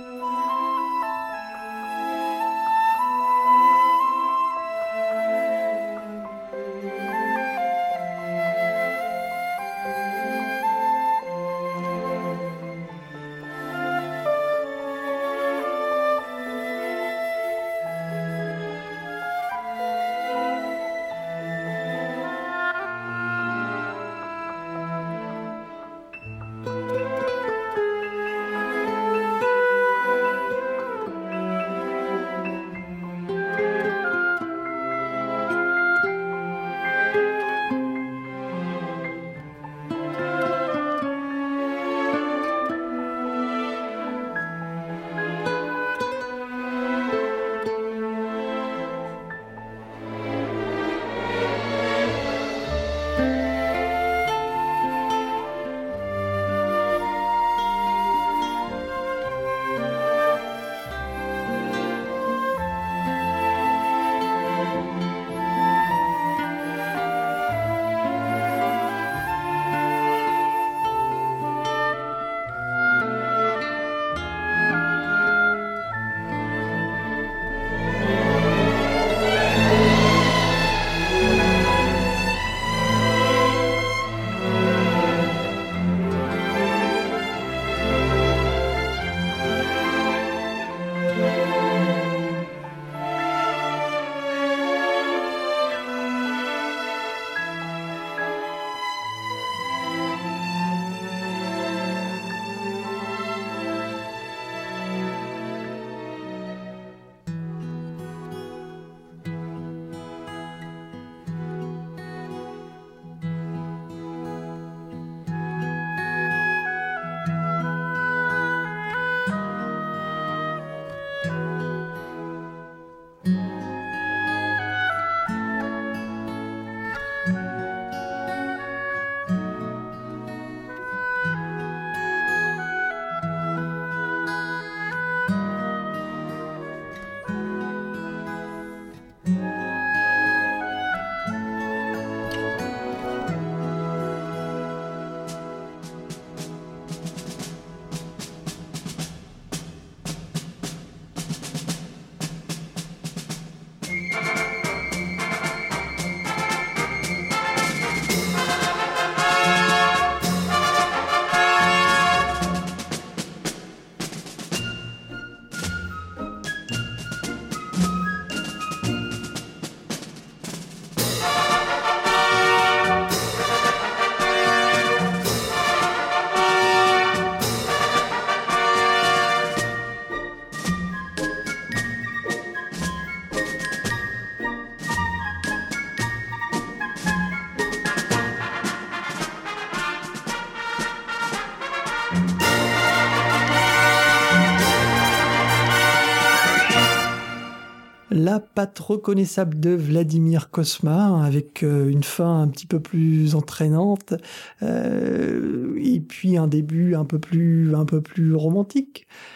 La patte reconnaissable de Vladimir Cosma, avec euh, une fin un petit peu plus entraînante, euh, et puis un début un peu plus, un peu plus romantique.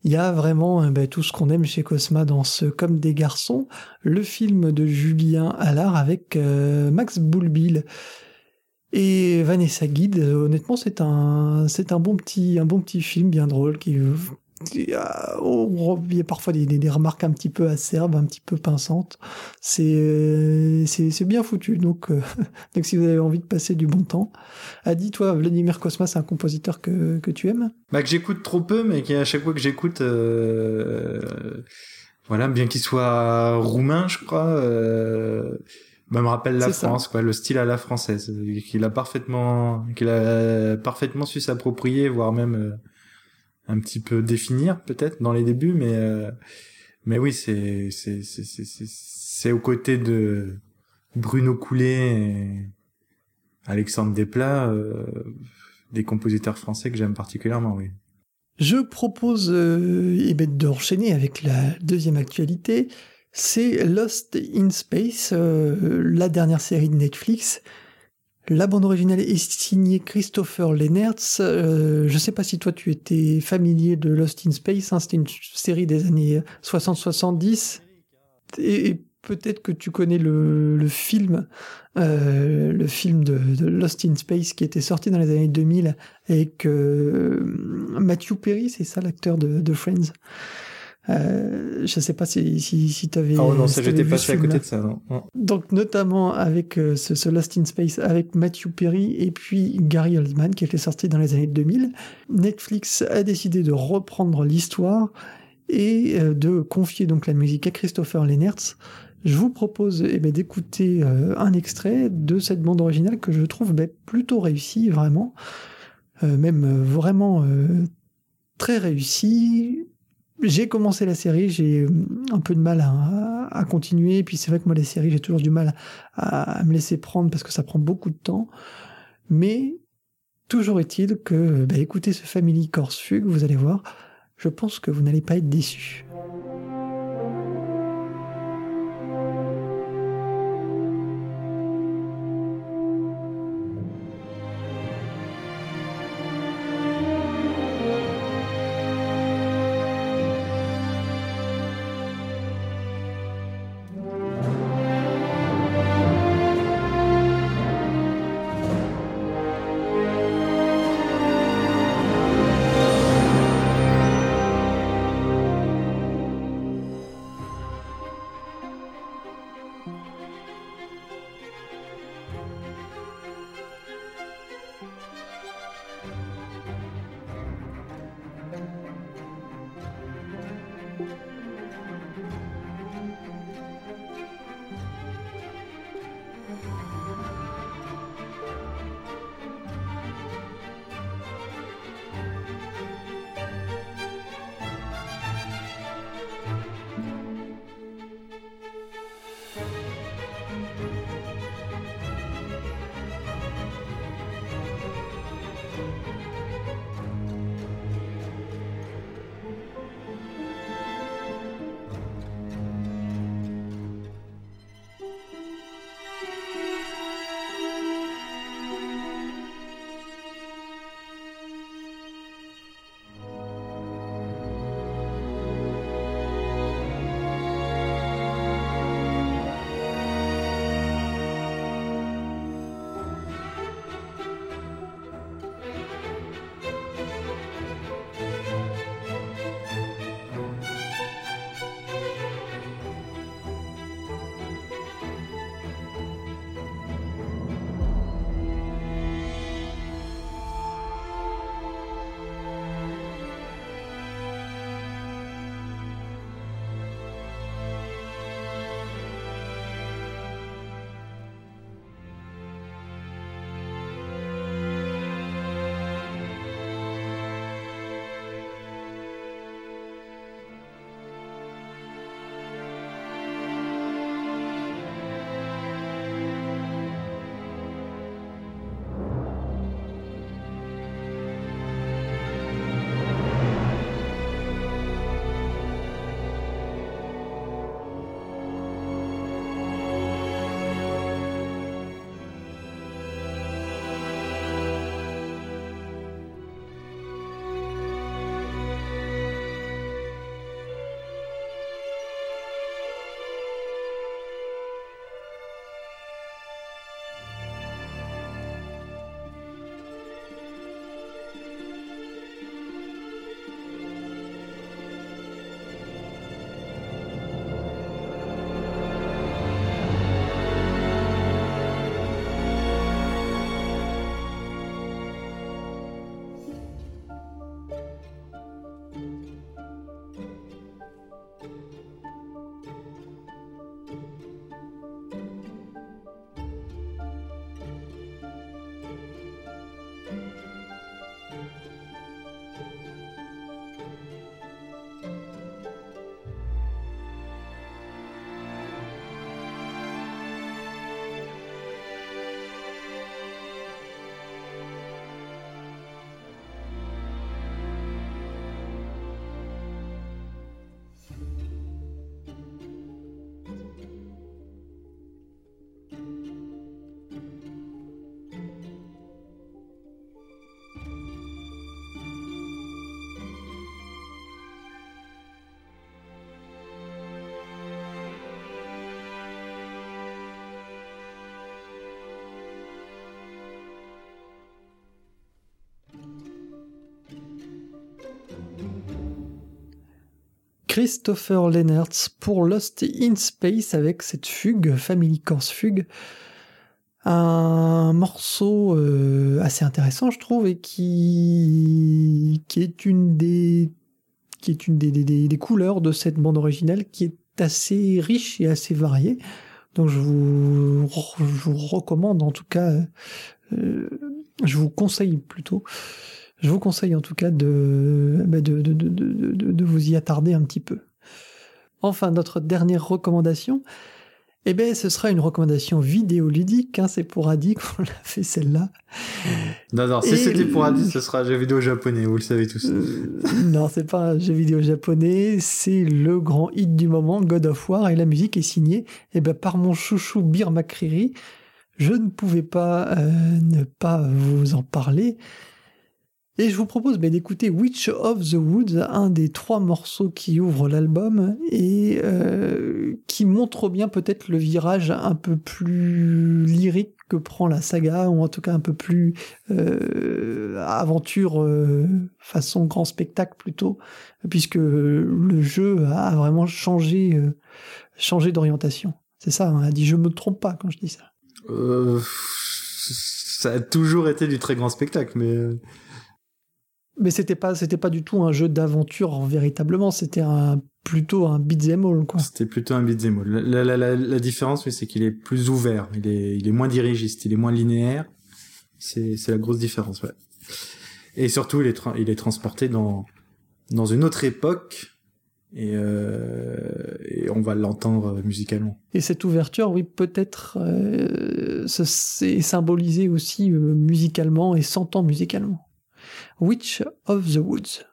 Il y a vraiment euh, bah, tout ce qu'on aime chez Cosma dans ce Comme des garçons, le film de Julien Allard avec euh, Max Boulbil et Vanessa Guide. Honnêtement, c'est un, c'est un bon petit, un bon petit film bien drôle qui, qui a, oh, il y a parfois des, des, des remarques un petit peu acerbes, un petit peu pinçantes. C'est, c'est, c'est bien foutu. Donc, euh, donc, si vous avez envie de passer du bon temps, Adi, toi, Vladimir Cosma, c'est un compositeur que, que tu aimes? Bah, que j'écoute trop peu, mais qui, à chaque fois que j'écoute, euh, voilà, bien qu'il soit roumain, je crois, euh, bah, me rappelle la C'est France, ça. quoi, le style à la française, qu'il a parfaitement, qu'il a parfaitement su s'approprier, voire même euh, un petit peu définir, peut-être, dans les débuts, mais, euh, mais oui, c'est, c'est, c'est, c'est, c'est, c'est aux côtés de Bruno Coulet et Alexandre Desplat, euh, des compositeurs français que j'aime particulièrement, oui. Je propose euh, eh ben, d'enchaîner avec la deuxième actualité. C'est Lost in Space, euh, la dernière série de Netflix. La bande originale est signée Christopher Lennertz. Euh, je ne sais pas si toi tu étais familier de Lost in Space. Hein, c'était une série des années soixante soixante-dix. Et, et peut-être que tu connais le, le film, euh, le film de, de Lost in Space qui était sorti dans les années deux mille avec euh, Matthew Perry, c'est ça l'acteur de, de Friends. Euh, je sais pas si, si, si tu avais. Oh non, si ça t'avais j'étais vu passé ce à côté film-là. de ça, non. non. Donc notamment avec euh, ce, ce Lost in Space avec Matthew Perry et puis Gary Oldman qui était sorti dans les années deux mille. Netflix a décidé de reprendre l'histoire et euh, de confier donc la musique à Christopher Lennertz. Je vous propose eh ben, d'écouter euh, un extrait de cette bande originale que je trouve ben, plutôt réussie, vraiment. Euh, même euh, vraiment euh, très réussie. J'ai commencé la série, j'ai euh, un peu de mal à, à continuer. Et puis c'est vrai que moi, les séries, j'ai toujours du mal à, à me laisser prendre parce que ça prend beaucoup de temps. Mais toujours est-il que, ben, écoutez ce Family Course Fugue, vous allez voir, je pense que vous n'allez pas être déçus. Christopher Lennertz pour Lost in Space avec cette fugue, Family Course Fugue. Un morceau euh, assez intéressant, je trouve, et qui, qui est une des, qui est une des, des, des, des couleurs de cette bande originale qui est assez riche et assez variée. Donc je vous, je vous recommande en tout cas, euh, je vous conseille plutôt, je vous conseille en tout cas de, de, de, de, de, de, de vous y attarder un petit peu. Enfin, notre dernière recommandation, eh bien, ce sera une recommandation vidéoludique, hein, c'est pour Adi qu'on l'a fait celle-là. Non, non, si Et c'était pour Adi, ce sera un jeu vidéo japonais, vous le savez tous. Euh, non, c'est pas un jeu vidéo japonais, c'est le grand hit du moment, God of War, et la musique est signée eh ben, par mon chouchou Bir Makriri. Je ne pouvais pas euh, ne pas vous en parler. Et je vous propose bah, d'écouter Witch of the Woods, un des trois morceaux qui ouvrent l'album et euh, qui montre bien peut-être le virage un peu plus lyrique que prend la saga, ou en tout cas un peu plus euh, aventure euh, façon grand spectacle plutôt, puisque le jeu a vraiment changé, euh, changé d'orientation. C'est ça, on a dit, je me trompe pas quand je dis ça. Euh, ça a toujours été du très grand spectacle, mais... Mais c'était pas, c'était pas du tout un jeu d'aventure véritablement, c'était un, plutôt un beat'em all, quoi. C'était plutôt un beat'em all. La, la, la, la différence, oui, c'est qu'il est plus ouvert, il est, il est moins dirigiste, il est moins linéaire. C'est, c'est la grosse différence, ouais. Et surtout, il est, tra- il est transporté dans, dans une autre époque, et, euh, et on va l'entendre musicalement. Et cette ouverture, oui, peut-être, euh, c'est symbolisé aussi euh, musicalement et s'entend musicalement. Witch of the Woods.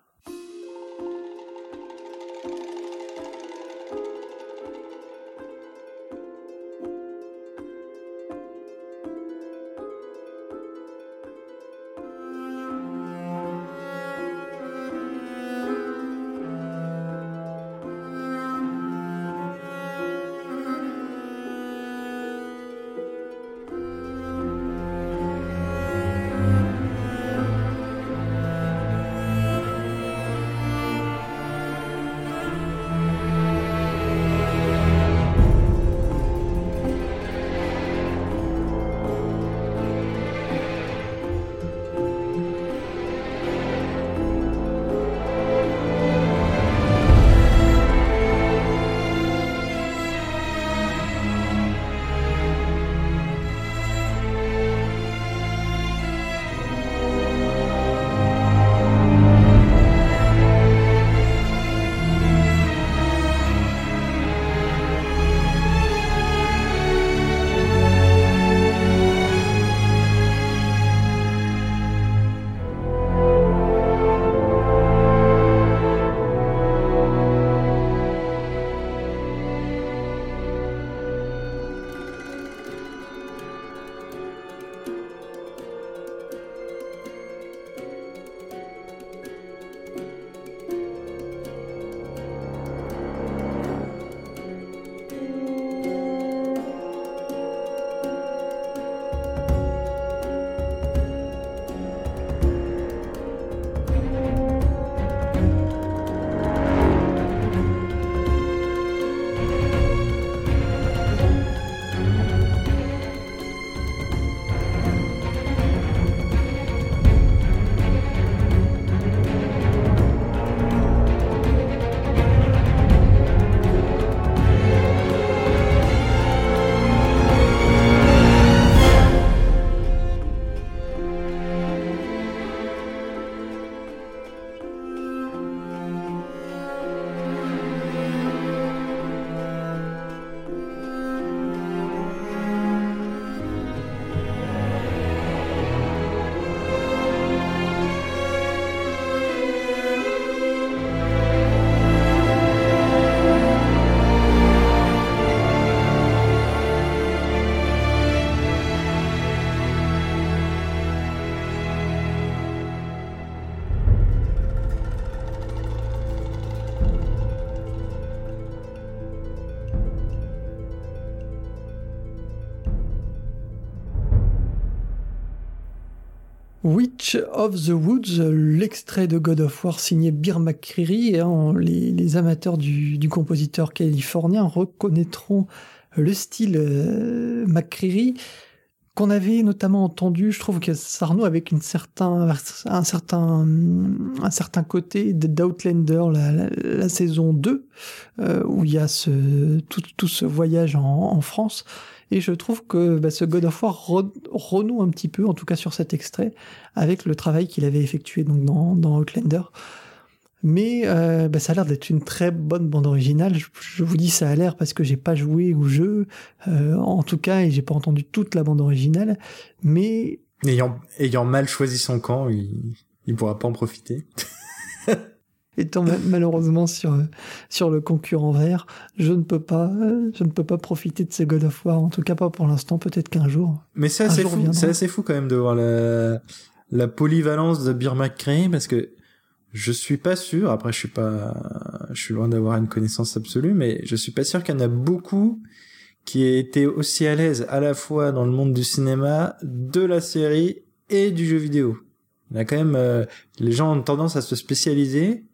Witch of the Woods, l'extrait de God of War signé Bear McCreary. Hein, les, les amateurs du, du compositeur californien reconnaîtront le style euh, McCreary, qu'on avait notamment entendu, je trouve que ça renoue avec une certain, un, certain, un certain côté d'Outlander, la, la, la saison deux, euh, où il y a ce, tout, tout ce voyage en, en France. Et je trouve que bah, ce God of War re, renoue un petit peu, en tout cas sur cet extrait, avec le travail qu'il avait effectué donc, dans, dans Outlander. Mais euh, bah, ça a l'air d'être une très bonne bande originale. Je, je vous dis ça a l'air parce que j'ai pas joué au jeu, euh, en tout cas, et j'ai pas entendu toute la bande originale. Mais ayant, ayant mal choisi son camp, il, il pourra pas en profiter. Étant malheureusement sur sur le concurrent vert, je ne peux pas je ne peux pas profiter de ces God of War, en tout cas pas pour l'instant, peut-être qu'un jour. Mais c'est assez fou, c'est assez fou quand même de voir la la polyvalence de Bear McCreary, parce que je suis pas sûr, après je suis pas je suis loin d'avoir une connaissance absolue, mais je suis pas sûr qu'il y en a beaucoup qui aient été aussi à l'aise à la fois dans le monde du cinéma, de la série et du jeu vidéo. Il y a quand même euh, les gens ont tendance à se spécialiser.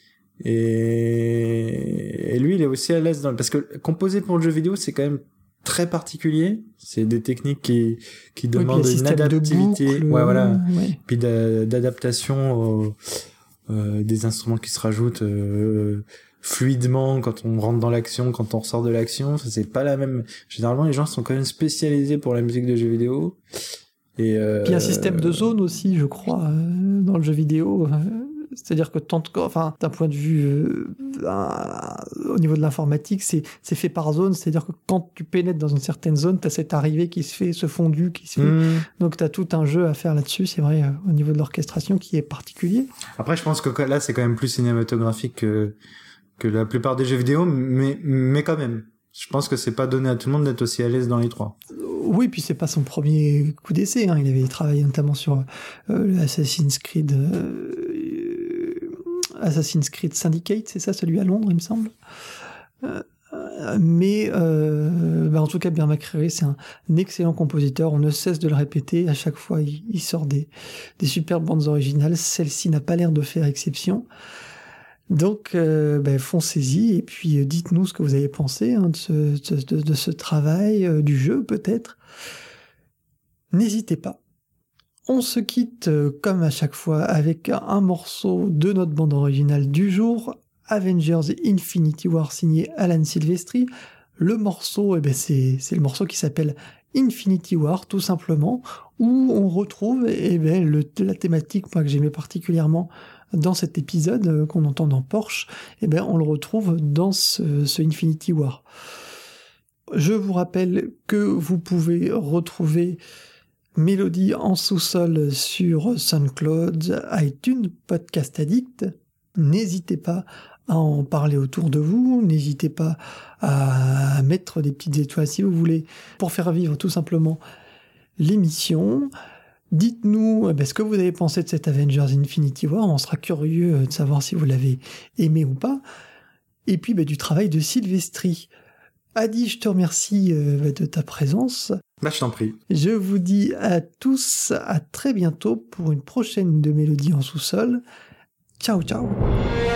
Et... et lui, il est aussi à l'aise dans le... parce que composer pour le jeu vidéo, c'est quand même très particulier. C'est des techniques qui qui demandent oui, une adaptivité, de boucle, ouais voilà, ouais. Puis d'a... d'adaptation aux... euh, des instruments qui se rajoutent euh, fluidement quand on rentre dans l'action, quand on ressort de l'action. Ça, c'est pas la même. Généralement, les gens sont quand même spécialisés pour la musique de jeux vidéo. Et euh... puis un système de zone aussi, je crois, euh, dans le jeu vidéo. Euh... C'est-à-dire que tant que, enfin, d'un point de vue euh, euh, au niveau de l'informatique, c'est c'est fait par zone. C'est-à-dire que quand tu pénètres dans une certaine zone, t'as cette arrivée qui se fait, ce fondu qui se fait. Mmh. Donc t'as tout un jeu à faire là-dessus. C'est vrai, euh, au niveau de l'orchestration qui est particulier. Après, je pense que là, c'est quand même plus cinématographique que que la plupart des jeux vidéo, mais mais quand même, je pense que c'est pas donné à tout le monde d'être aussi à l'aise dans les trois. Oui, puis c'est pas son premier coup d'essai. Hein. Il avait travaillé notamment sur euh, Assassin's Creed. Euh, Assassin's Creed Syndicate, c'est ça, celui à Londres, il me semble. Euh, mais euh, bah en tout cas, Bear McCreary, c'est un, un excellent compositeur. On ne cesse de le répéter. À chaque fois, il, il sort des, des superbes bandes originales. Celle-ci n'a pas l'air de faire exception. Donc, euh, bah, foncez-y et puis euh, dites-nous ce que vous avez pensé hein, de, ce, de, de ce travail, euh, du jeu peut-être. N'hésitez pas. On se quitte, euh, comme à chaque fois, avec un morceau de notre bande originale du jour, Avengers Infinity War, signé Alan Silvestri. Le morceau, eh ben c'est, c'est le morceau qui s'appelle Infinity War, tout simplement, où on retrouve eh ben, le, la thématique moi, que j'aimais particulièrement dans cet épisode euh, qu'on entend dans Porsche, eh ben, on le retrouve dans ce, ce Infinity War. Je vous rappelle que vous pouvez retrouver Mélodie en sous-sol sur SoundCloud, iTunes, Podcast Addict. N'hésitez pas à en parler autour de vous, n'hésitez pas à mettre des petites étoiles si vous voulez pour faire vivre tout simplement l'émission. Dites-nous eh bien, ce que vous avez pensé de cet Avengers Infinity War, on sera curieux de savoir si vous l'avez aimé ou pas. Et puis bah, du travail de Silvestri. Adi, je te remercie euh, de ta présence. Bah, je t'en prie. Je vous dis à tous à très bientôt pour une prochaine de Mélodie en sous-sol. Ciao, ciao.